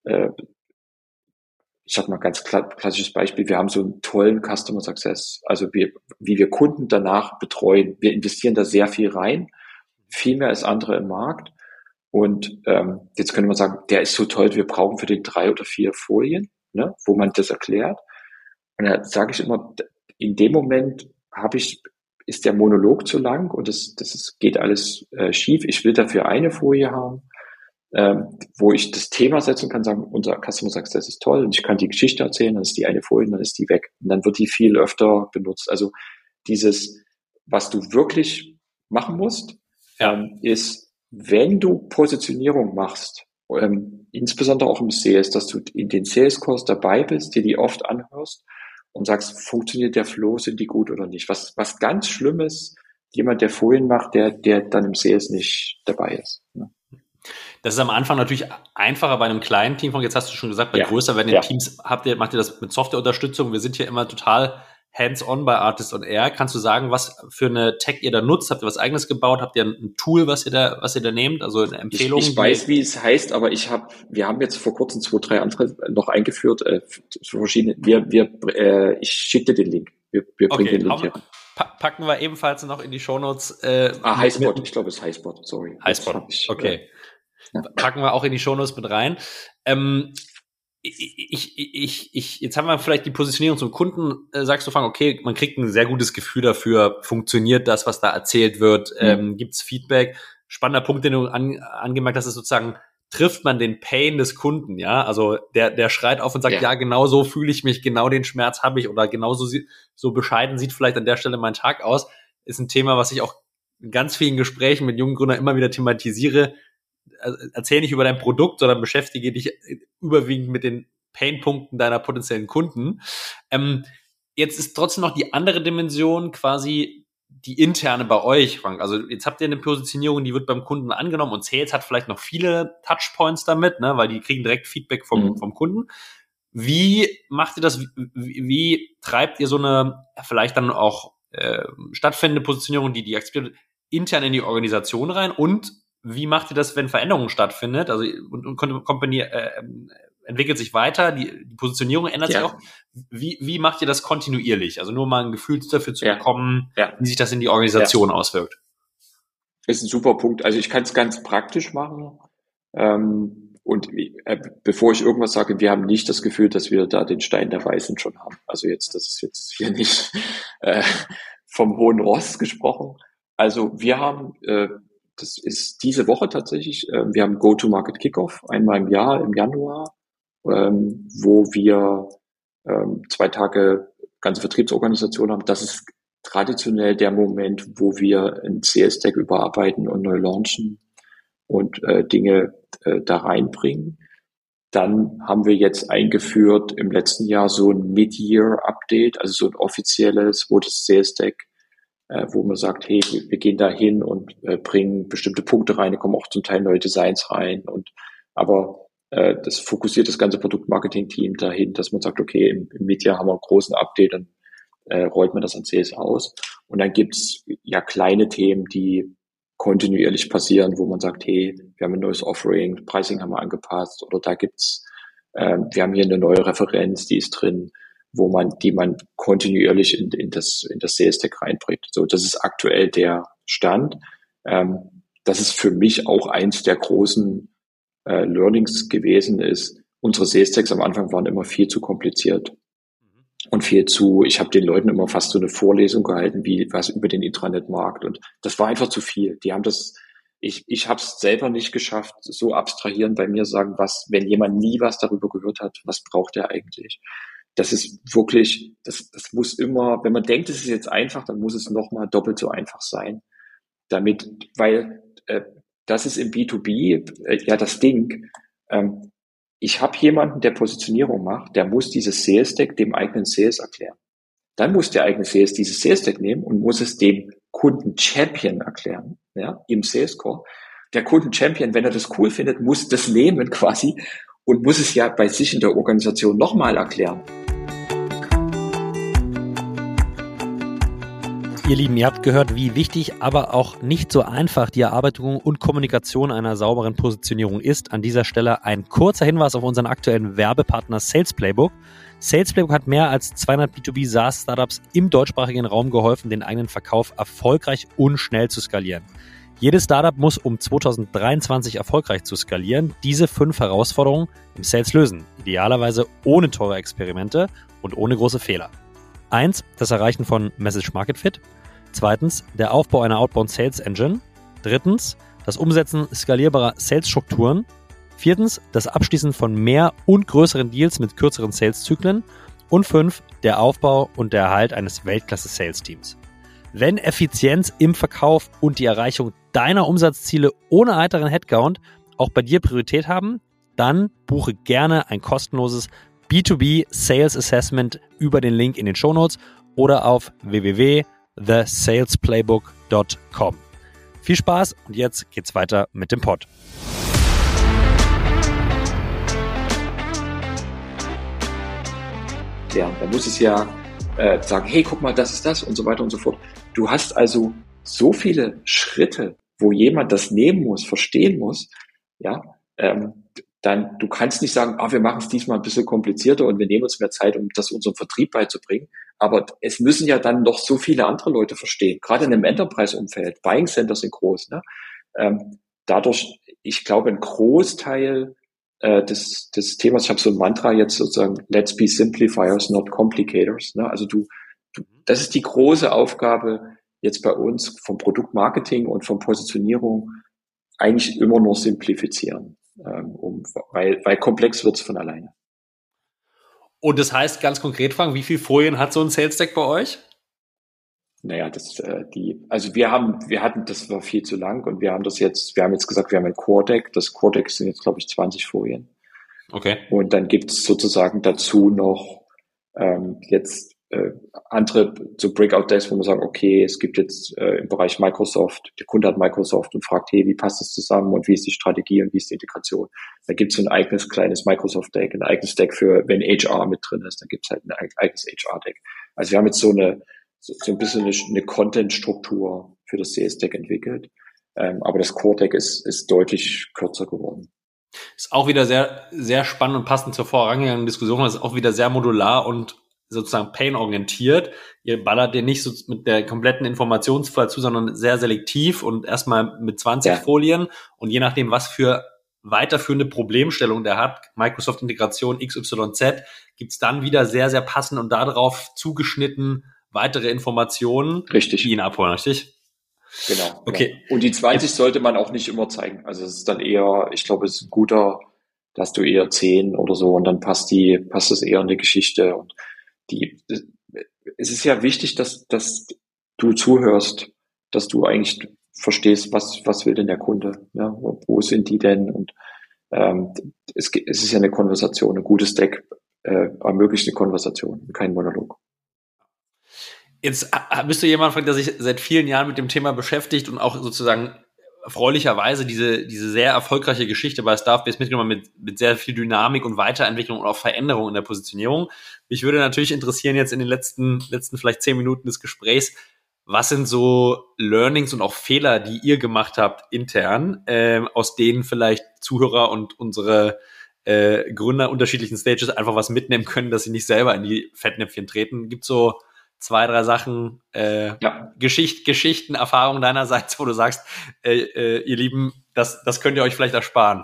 Speaker 2: ich sag mal ganz klassisches Beispiel, wir haben so einen tollen Customer Success, also wie wir Kunden danach betreuen. Wir investieren da sehr viel rein, viel mehr als andere im Markt. Und jetzt könnte man sagen, der ist so toll, wir brauchen für den 3 oder 4 Folien, ne, wo man das erklärt. Und da sage ich immer, in dem Moment ist der Monolog zu lang und das geht alles schief. Ich will dafür eine Folie haben, wo ich das Thema setzen kann, sagen, unser Customer Success ist toll und ich kann die Geschichte erzählen, dann ist die eine Folie, dann ist die weg. Und dann wird die viel öfter benutzt. Also dieses, was du wirklich machen musst, ist, wenn du Positionierung machst, insbesondere auch im Sales, dass du in den Sales-Kurs dabei bist, dir die oft anhörst und sagst, funktioniert der Flow, sind die gut oder nicht? Was ganz Schlimmes, jemand, der Folien macht, der dann im Sales nicht dabei ist. Ne?
Speaker 1: Das ist am Anfang natürlich einfacher bei einem kleinen Team. Jetzt hast du schon gesagt, bei größer werdenden Teams macht ihr das mit Softwareunterstützung. Wir sind hier immer total hands-on bei Artist on Air. Kannst du sagen, was für eine Tech ihr da nutzt? Habt ihr was Eigenes gebaut? Habt ihr ein Tool, was ihr da nehmt? Also eine Empfehlung?
Speaker 2: Ich weiß, wie es heißt, aber wir haben jetzt vor kurzem 2, 3 andere noch eingeführt, verschiedene. Ich schicke dir den Link. Wir bringen den Link hier.
Speaker 1: Packen wir ebenfalls noch in die Shownotes.
Speaker 2: Highspot, ich glaube, es ist Highspot, sorry.
Speaker 1: Highspot, okay. Packen wir auch in die Shownotes mit rein. Jetzt haben wir vielleicht die Positionierung zum Kunden, sagst du, Frank, okay, man kriegt ein sehr gutes Gefühl dafür, funktioniert das, was da erzählt wird, gibt's Feedback. Spannender Punkt, den du angemerkt hast, ist sozusagen, trifft man den Pain des Kunden, ja, also der schreit auf und sagt, ja genau so fühle ich mich, genau den Schmerz habe ich oder genauso so bescheiden sieht vielleicht an der Stelle mein Tag aus, ist ein Thema, was ich auch in ganz vielen Gesprächen mit jungen Gründern immer wieder thematisiere. Erzähl nicht über dein Produkt, sondern beschäftige dich überwiegend mit den Painpunkten deiner potenziellen Kunden. Jetzt ist trotzdem noch die andere Dimension quasi die interne bei euch, Frank. Also jetzt habt ihr eine Positionierung, die wird beim Kunden angenommen und Sales hat vielleicht noch viele Touchpoints damit, ne, weil die kriegen direkt Feedback vom Kunden. Wie macht ihr das? Wie treibt ihr so eine vielleicht dann auch stattfindende Positionierung, die akzeptiert, intern in die Organisation rein und wie macht ihr das, wenn Veränderungen stattfindet? Also und Company entwickelt sich weiter, die Positionierung ändert sich auch. Wie macht ihr das kontinuierlich? Also nur mal ein Gefühl dafür zu bekommen, wie sich das in die Organisation auswirkt.
Speaker 2: Ist ein super Punkt. Also ich kann es ganz praktisch machen. Und bevor ich irgendwas sage, wir haben nicht das Gefühl, dass wir da den Stein der Weisen schon haben. Also das ist jetzt hier nicht vom hohen Ross gesprochen. Also wir haben das ist diese Woche tatsächlich. Wir haben Go-to-Market Kickoff einmal im Jahr, im Januar, wo wir 2 Tage ganze Vertriebsorganisation haben. Das ist traditionell der Moment, wo wir ein CS-Deck überarbeiten und neu launchen und Dinge da reinbringen. Dann haben wir jetzt eingeführt im letzten Jahr so ein Mid-Year-Update, also so ein offizielles, wo das CS-Deck wo man sagt, hey, wir gehen da hin und bringen bestimmte Punkte rein, da kommen auch zum Teil neue Designs rein aber das fokussiert das ganze Produktmarketing-Team dahin, dass man sagt, okay, im Mid-Jahr haben wir einen großen Update und rollt man das an Sales aus. Und dann gibt's ja kleine Themen, die kontinuierlich passieren, wo man sagt, hey, wir haben ein neues Offering, Pricing haben wir angepasst, oder da gibt's, wir haben hier eine neue Referenz, die ist drin, die man kontinuierlich in das Sales Deck reinbringt. So, das ist aktuell der Stand. Das ist für mich auch eins der großen Learnings gewesen ist. Unsere Sales Decks am Anfang waren immer viel zu kompliziert und ich habe den Leuten immer fast so eine Vorlesung gehalten, wie was über den Intranet-Markt, und das war einfach zu viel. Ich habe es selber nicht geschafft, so abstrahieren bei mir sagen, wenn jemand nie was darüber gehört hat, was braucht er eigentlich? Das ist wirklich, das muss immer, wenn man denkt, es ist jetzt einfach, dann muss es nochmal doppelt so einfach sein. Weil das ist im B2B ja das Ding. Ich habe jemanden, der Positionierung macht, der muss dieses Sales Deck dem eigenen Sales erklären. Dann muss der eigene Sales dieses Sales Deck nehmen und muss es dem Kunden Champion erklären, ja, im Sales Call. Der Kunden Champion, wenn er das cool findet, muss das nehmen quasi und muss es ja bei sich in der Organisation nochmal erklären.
Speaker 1: Ihr Lieben, ihr habt gehört, wie wichtig, aber auch nicht so einfach die Erarbeitung und Kommunikation einer sauberen Positionierung ist. An dieser Stelle ein kurzer Hinweis auf unseren aktuellen Werbepartner Sales Playbook. Sales Playbook hat mehr als 200 B2B SaaS-Startups im deutschsprachigen Raum geholfen, den eigenen Verkauf erfolgreich und schnell zu skalieren. Jedes Startup muss, um 2023 erfolgreich zu skalieren, diese 5 Herausforderungen im Sales lösen. Idealerweise ohne teure Experimente und ohne große Fehler. 1. Das Erreichen von Message Market Fit. 2. Der Aufbau einer Outbound Sales Engine. 3. Das Umsetzen skalierbarer Sales-Strukturen. 4. Das Abschließen von mehr und größeren Deals mit kürzeren Sales-Zyklen. Und 5. Der Aufbau und der Erhalt eines Weltklasse-Sales-Teams. Wenn Effizienz im Verkauf und die Erreichung deiner Umsatzziele ohne weiteren Headcount auch bei dir Priorität haben, dann buche gerne ein kostenloses B2B Sales Assessment über den Link in den Shownotes oder auf www.thesalesplaybook.com. Viel Spaß und jetzt geht's weiter mit dem Pod.
Speaker 2: Ja, da muss es ja sagen, hey, guck mal, das ist das und so weiter und so fort. Du hast also so viele Schritte, wo jemand das nehmen muss, verstehen muss, ja, dann, du kannst nicht sagen, wir machen es diesmal ein bisschen komplizierter und wir nehmen uns mehr Zeit, um das unserem Vertrieb beizubringen. Aber es müssen ja dann noch so viele andere Leute verstehen, gerade in einem Enterprise-Umfeld. Buying Centers sind groß, ne? Dadurch, ich glaube, ein Großteil des Themas, ich habe so ein Mantra jetzt sozusagen, let's be simplifiers, not complicators, ne? Also das ist die große Aufgabe jetzt bei uns vom Produktmarketing und von Positionierung, eigentlich immer nur simplifizieren. Weil komplex wird's von alleine.
Speaker 1: Und das heißt, ganz konkret fragen, wie viele Folien hat so ein Sales Deck bei euch?
Speaker 2: Naja, das war viel zu lang und wir haben jetzt gesagt, wir haben ein Core Deck. Das Core Deck sind jetzt, glaube ich, 20 Folien.
Speaker 1: Okay.
Speaker 2: Und dann gibt's sozusagen dazu noch andere so Breakout-Days, wo wir sagen, okay, es gibt jetzt im Bereich Microsoft, der Kunde hat Microsoft und fragt, hey, wie passt das zusammen und wie ist die Strategie und wie ist die Integration? Da gibt es so ein eigenes kleines Microsoft-Deck, ein eigenes Deck für, wenn HR mit drin ist, dann gibt es halt ein eigenes HR-Deck. Also wir haben jetzt so ein bisschen eine Content-Struktur für das CS-Deck entwickelt, aber das Core-Deck ist deutlich kürzer geworden.
Speaker 1: Ist auch wieder sehr, sehr spannend und passend zur vorangegangenen Diskussion, das ist auch wieder sehr modular und sozusagen pain-orientiert. Ihr ballert den nicht so mit der kompletten Informationsflow zu, sondern sehr selektiv und erstmal mit 20 Folien und je nachdem, was für weiterführende Problemstellung der hat, Microsoft-Integration XYZ, gibt's dann wieder sehr, sehr passend und darauf zugeschnitten weitere Informationen,
Speaker 2: richtig,
Speaker 1: die ihn abholen, richtig?
Speaker 2: Genau.
Speaker 1: Okay.
Speaker 2: Genau. Und die 20 sollte man auch nicht immer zeigen. Also es ist dann eher, ich glaube, es ist ein guter, da hast du eher 10 oder so und dann passt es eher in die Geschichte und es ist ja wichtig, dass du zuhörst, dass du eigentlich verstehst, was will denn der Kunde, ja? Wo sind die denn? Und es ist ja eine Konversation, ein gutes Deck ermöglicht eine Konversation, kein Monolog.
Speaker 1: Jetzt bist du jemand, der sich seit vielen Jahren mit dem Thema beschäftigt und auch sozusagen erfreulicherweise diese sehr erfolgreiche Geschichte bei Staffbase mitgenommen mit sehr viel Dynamik und Weiterentwicklung und auch Veränderung in der Positionierung. Mich würde natürlich interessieren jetzt in den letzten vielleicht 10 Minuten des Gesprächs, was sind so Learnings und auch Fehler, die ihr gemacht habt intern, aus denen vielleicht Zuhörer und unsere Gründer unterschiedlichen Stages einfach was mitnehmen können, dass sie nicht selber in die Fettnäpfchen treten? Gibt so 2, 3 Sachen, Geschichten, Erfahrungen deinerseits, wo du sagst, ihr Lieben, das könnt ihr euch vielleicht ersparen?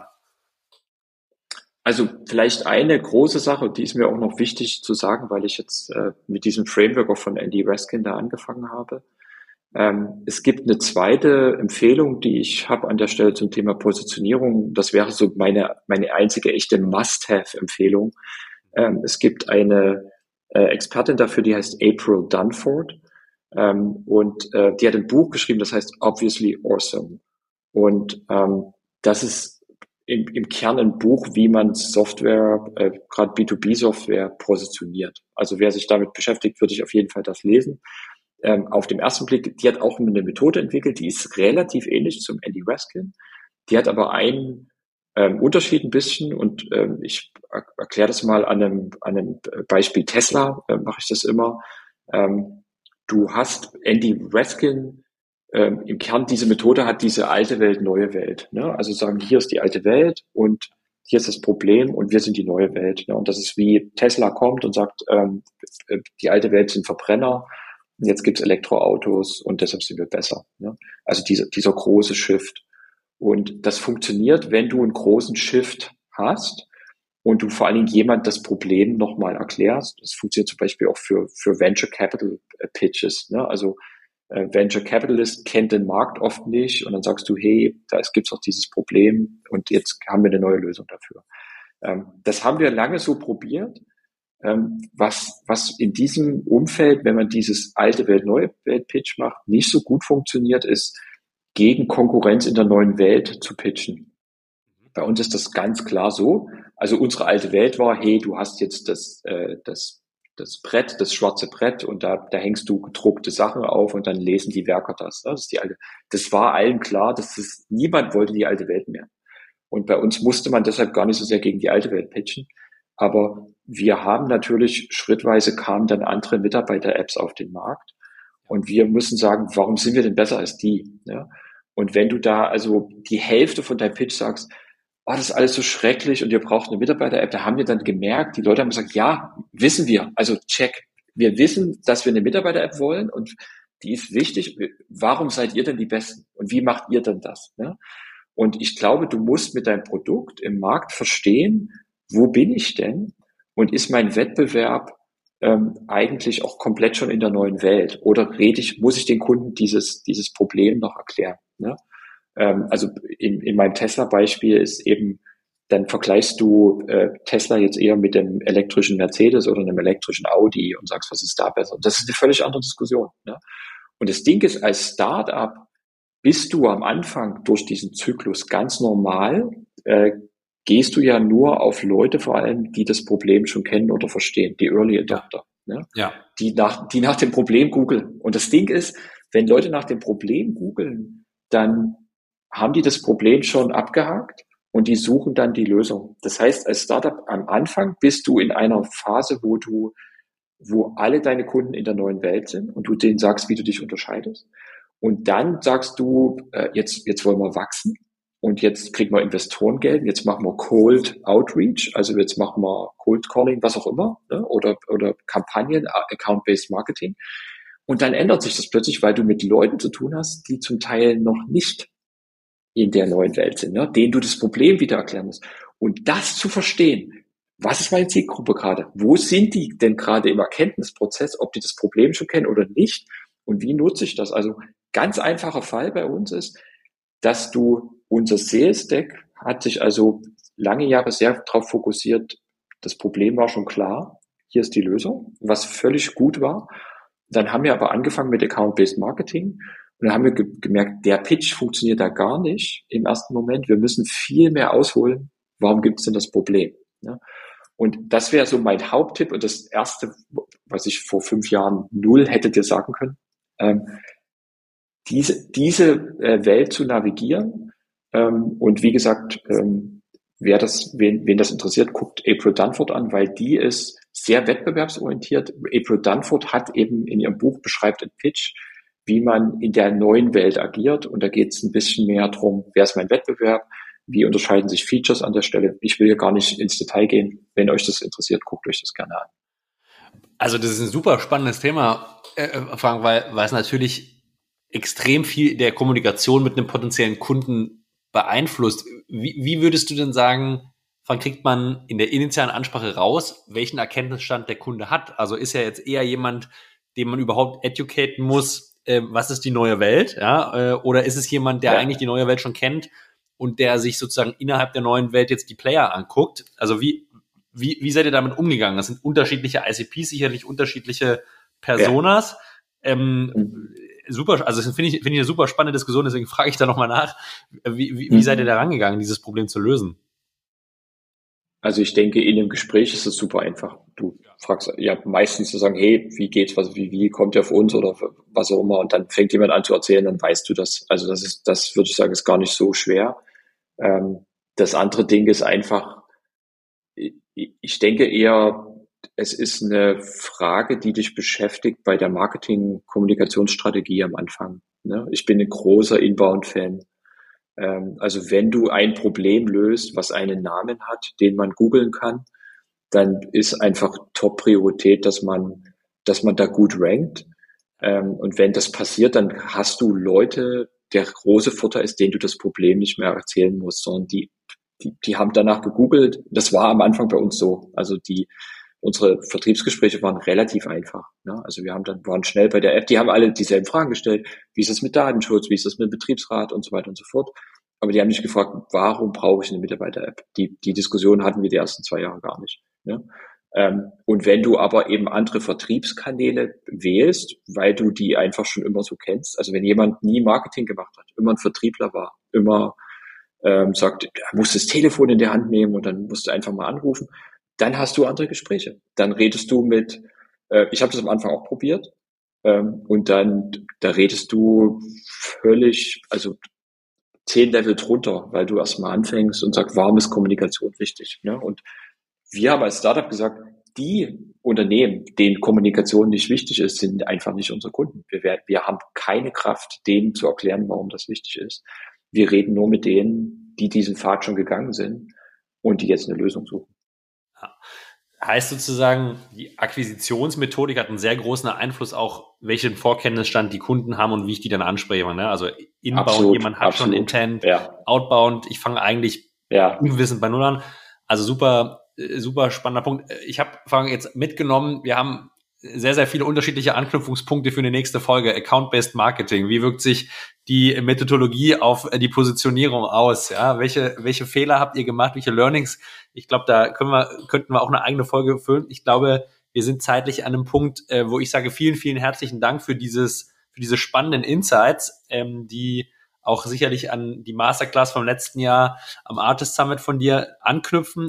Speaker 2: Also vielleicht eine große Sache, die ist mir auch noch wichtig zu sagen, weil ich jetzt mit diesem Framework auch von Andy Raskin da angefangen habe. Es gibt eine zweite Empfehlung, die ich habe an der Stelle zum Thema Positionierung. Das wäre so meine einzige echte Must-Have-Empfehlung. Es gibt eine Expertin dafür, die heißt April Dunford. Und die hat ein Buch geschrieben, das heißt Obviously Awesome. Und das ist im Kern ein Buch, wie man Software, gerade B2B-Software, positioniert. Also wer sich damit beschäftigt, würde ich auf jeden Fall das lesen. Auf dem ersten Blick, die hat auch eine Methode entwickelt, die ist relativ ähnlich zum Andy Raskin. Die hat aber einen Unterschied ein bisschen und ich erkläre das mal an einem Beispiel Tesla, mache ich das immer. Du hast Andy Raskin, im Kern diese Methode hat diese alte Welt, neue Welt. Ne? Also sagen, hier ist die alte Welt und hier ist das Problem und wir sind die neue Welt. Ne? Und das ist wie Tesla kommt und sagt, die alte Welt sind Verbrenner, jetzt gibt's Elektroautos und deshalb sind wir besser. Ne? Also dieser große Shift. Und das funktioniert, wenn du einen großen Shift hast und du vor allen Dingen jemand das Problem nochmal erklärst. Das funktioniert zum Beispiel auch für Venture Capital Pitches. Ne? Also Venture Capitalist kennt den Markt oft nicht und dann sagst du, hey, da gibt's auch dieses Problem und jetzt haben wir eine neue Lösung dafür. Das haben wir lange so probiert. Was in diesem Umfeld, wenn man dieses alte Welt, neue Welt Pitch macht, nicht so gut funktioniert, ist, gegen Konkurrenz in der neuen Welt zu pitchen. Bei uns ist das ganz klar so. Also unsere alte Welt war, hey, du hast jetzt das Brett, das schwarze Brett und da hängst du gedruckte Sachen auf und dann lesen die Werker das. Das ist die alte. Das war allen klar, niemand wollte die alte Welt mehr. Und bei uns musste man deshalb gar nicht so sehr gegen die alte Welt pitchen. Aber wir haben natürlich schrittweise kamen dann andere Mitarbeiter-Apps auf den Markt. Und wir müssen sagen, warum sind wir denn besser als die? Ja? Und wenn du da also die Hälfte von deinem Pitch sagst, das ist alles so schrecklich und ihr braucht eine Mitarbeiter-App, da haben wir dann gemerkt, die Leute haben gesagt, ja, wissen wir, also check. Wir wissen, dass wir eine Mitarbeiter-App wollen und die ist wichtig. Warum seid ihr denn die Besten? Und wie macht ihr denn das? Ja? Und ich glaube, du musst mit deinem Produkt im Markt verstehen, wo bin ich denn? Und ist mein Wettbewerb eigentlich auch komplett schon in der neuen Welt? Oder muss ich den Kunden dieses Problem noch erklären? Ne? Also in meinem Tesla-Beispiel ist eben, dann vergleichst du Tesla jetzt eher mit dem elektrischen Mercedes oder einem elektrischen Audi und sagst, was ist da besser? Das ist eine völlig andere Diskussion. Ne? Und das Ding ist, als Startup bist du am Anfang durch diesen Zyklus ganz normal, gehst du ja nur auf Leute vor allem, die das Problem schon kennen oder verstehen, die Early Adopter, ne?
Speaker 1: Ja.
Speaker 2: Die nach dem Problem googeln. Und das Ding ist, wenn Leute nach dem Problem googeln, dann haben die das Problem schon abgehakt und die suchen dann die Lösung. Das heißt, als Startup am Anfang bist du in einer Phase, wo alle deine Kunden in der neuen Welt sind und du denen sagst, wie du dich unterscheidest. Und dann sagst du, jetzt wollen wir wachsen. Und jetzt kriegen wir Investorengeld, jetzt machen wir Cold Outreach, also jetzt machen wir Cold Calling, was auch immer, ne? oder Kampagnen, Account-Based Marketing. Und dann ändert sich das plötzlich, weil du mit Leuten zu tun hast, die zum Teil noch nicht in der neuen Welt sind, ne? Denen du das Problem wieder erklären musst. Und das zu verstehen, was ist meine Zielgruppe gerade? Wo sind die denn gerade im Erkenntnisprozess, ob die das Problem schon kennen oder nicht? Und wie nutze ich das? Also ganz einfacher Fall bei uns ist, dass unser Sales Deck hat sich also lange Jahre sehr darauf fokussiert, das Problem war schon klar, hier ist die Lösung, was völlig gut war. Dann haben wir aber angefangen mit Account-Based Marketing und dann haben wir gemerkt, der Pitch funktioniert da gar nicht im ersten Moment. Wir müssen viel mehr ausholen. Warum gibt es denn das Problem? Ja? Und das wäre so mein Haupttipp und das Erste, was ich vor 5 Jahren null hätte dir sagen können. diese Welt zu navigieren. Und wie gesagt, wen das interessiert, guckt April Dunford an, weil die ist sehr wettbewerbsorientiert. April Dunford hat eben in ihrem Buch beschreibt einen Pitch, wie man in der neuen Welt agiert. Und da geht es ein bisschen mehr darum, wer ist mein Wettbewerb, wie unterscheiden sich Features an der Stelle. Ich will hier gar nicht ins Detail gehen. Wenn euch das interessiert, guckt euch das gerne an.
Speaker 1: Also das ist ein super spannendes Thema, Frank, weil es natürlich extrem viel der Kommunikation mit einem potenziellen Kunden beeinflusst. Wie würdest du denn sagen, wann kriegt man in der initialen Ansprache raus, welchen Erkenntnisstand der Kunde hat? Also ist er jetzt eher jemand, den man überhaupt educaten muss, was ist die neue Welt? Ja? Oder ist es jemand, der eigentlich die neue Welt schon kennt und der sich sozusagen innerhalb der neuen Welt jetzt die Player anguckt? Also wie seid ihr damit umgegangen? Das sind unterschiedliche ICPs, sicherlich unterschiedliche Personas. Super, also das finde ich eine super spannende Diskussion, deswegen frage ich da nochmal nach. Wie seid ihr da rangegangen, dieses Problem zu lösen?
Speaker 2: Also ich denke, in einem Gespräch ist es super einfach. Du fragst ja meistens zu sagen, hey, wie geht's, wie kommt ihr auf uns oder was auch immer, und dann fängt jemand an zu erzählen, dann weißt du das. Also das würde ich sagen, ist gar nicht so schwer. Das andere Ding ist einfach, ich denke eher, es ist eine Frage, die dich beschäftigt bei der Marketing-Kommunikationsstrategie am Anfang. Ne? Ich bin ein großer Inbound-Fan. Also wenn du ein Problem löst, was einen Namen hat, den man googeln kann, dann ist einfach Top-Priorität, dass man da gut rankt. Und wenn das passiert, dann hast du Leute, der große Vorteil ist, denen du das Problem nicht mehr erzählen musst, sondern die haben danach gegoogelt. Das war am Anfang bei uns so. Also unsere Vertriebsgespräche waren relativ einfach. Ne? Also wir waren schnell bei der App. Die haben alle dieselben Fragen gestellt. Wie ist es mit Datenschutz? Wie ist es mit Betriebsrat und so weiter und so fort? Aber die haben nicht gefragt, warum brauche ich eine Mitarbeiter-App? Die Diskussion hatten wir die ersten 2 Jahre gar nicht. Ne? Und wenn du aber eben andere Vertriebskanäle wählst, weil du die einfach schon immer so kennst, also wenn jemand nie Marketing gemacht hat, immer ein Vertriebler war, immer sagt, er muss das Telefon in der Hand nehmen und dann musst du einfach mal anrufen, dann hast du andere Gespräche. Dann redest du ich habe das am Anfang auch probiert, und dann, da redest du völlig, also 10 Level drunter, weil du erstmal anfängst und sagst, warum ist Kommunikation wichtig? Ne? Und wir haben als Startup gesagt, die Unternehmen, denen Kommunikation nicht wichtig ist, sind einfach nicht unsere Kunden. Wir haben keine Kraft, denen zu erklären, warum das wichtig ist. Wir reden nur mit denen, die diesen Pfad schon gegangen sind und die jetzt eine Lösung suchen.
Speaker 1: Ja. Heißt sozusagen, die Akquisitionsmethodik hat einen sehr großen Einfluss auch, welchen Vorkenntnisstand die Kunden haben und wie ich die dann anspreche. Ne? Also Inbound,
Speaker 2: absolut,
Speaker 1: jemand hat
Speaker 2: absolut.
Speaker 1: schon Intent,
Speaker 2: ja.
Speaker 1: Outbound, ich fange eigentlich unwissend bei Null an. Also super spannender Punkt. Ich habe jetzt mitgenommen, wir haben sehr, sehr viele unterschiedliche Anknüpfungspunkte für eine nächste Folge. Account-Based Marketing. Wie wirkt sich die Methodologie auf die Positionierung aus? Ja, welche Fehler habt ihr gemacht? Welche Learnings? Ich glaube, da könnten wir auch eine eigene Folge füllen. Ich glaube, wir sind zeitlich an einem Punkt, wo ich sage, vielen, vielen herzlichen Dank für diese spannenden Insights, die auch sicherlich an die Masterclass vom letzten Jahr am Artist Summit von dir anknüpfen.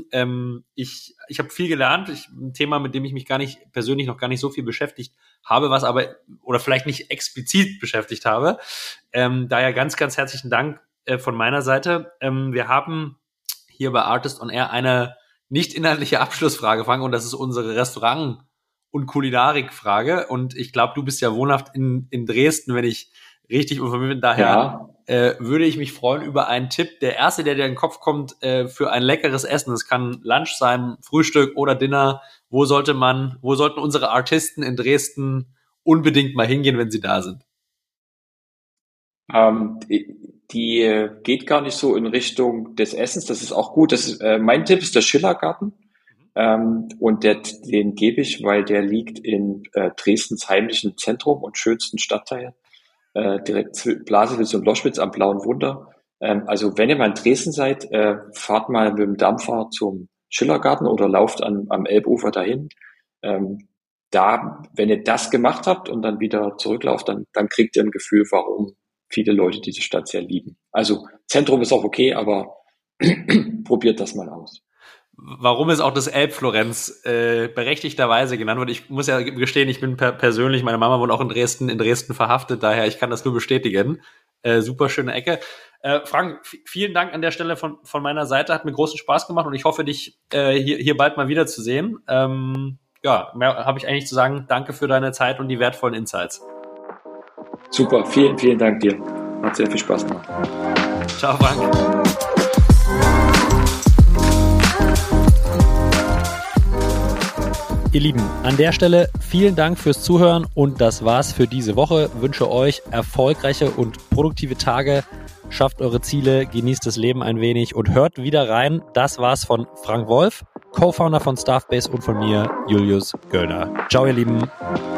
Speaker 1: Ich habe viel gelernt, ein Thema, mit dem ich mich persönlich noch gar nicht so viel beschäftigt habe, was aber, oder vielleicht nicht explizit beschäftigt habe. Daher ganz, ganz herzlichen Dank von meiner Seite. Wir haben hier bei Artist on Air eine nicht inhaltliche Abschlussfrage, Frank, und das ist unsere Restaurant- und Kulinarikfrage. Und ich glaube, du bist ja wohnhaft in Dresden, wenn ich richtig informiert bin. Daher würde ich mich freuen über einen Tipp. Der erste, der dir in den Kopf kommt, für ein leckeres Essen. Es kann Lunch sein, Frühstück oder Dinner. Wo sollten unsere Artisten in Dresden unbedingt mal hingehen, wenn sie da sind?
Speaker 2: Die geht gar nicht so in Richtung des Essens. Das ist auch gut. Mein Tipp ist der Schillergarten. Und den gebe ich, weil der liegt in Dresdens heimlichen Zentrum und schönsten Stadtteil. Direkt Blasewitz und Loschwitz am Blauen Wunder. Also wenn ihr mal in Dresden seid, fahrt mal mit dem Dampfer zum Schillergarten oder lauft am Elbufer dahin. Wenn ihr das gemacht habt und dann wieder zurücklauft, dann kriegt ihr ein Gefühl, warum viele Leute diese Stadt sehr lieben. Also Zentrum ist auch okay, aber probiert das mal aus.
Speaker 1: warum es auch das Elbflorenz berechtigterweise genannt wird. Ich muss ja gestehen, ich bin persönlich, meine Mama wohnt auch in Dresden verhaftet, daher ich kann das nur bestätigen. Super schöne Ecke. Frank, vielen Dank an der Stelle von meiner Seite, hat mir großen Spaß gemacht und ich hoffe, dich hier bald mal wiederzusehen. Mehr habe ich eigentlich zu sagen. Danke für deine Zeit und die wertvollen Insights.
Speaker 2: Super, vielen, vielen Dank dir. Hat sehr viel Spaß gemacht.
Speaker 1: Ciao, Frank. Ihr Lieben, an der Stelle vielen Dank fürs Zuhören und das war's für diese Woche. Ich wünsche euch erfolgreiche und produktive Tage. Schafft eure Ziele, genießt das Leben ein wenig und hört wieder rein. Das war's von Frank Wolf, Co-Founder von Staffbase und von mir, Julius Göllner. Ciao, ihr Lieben.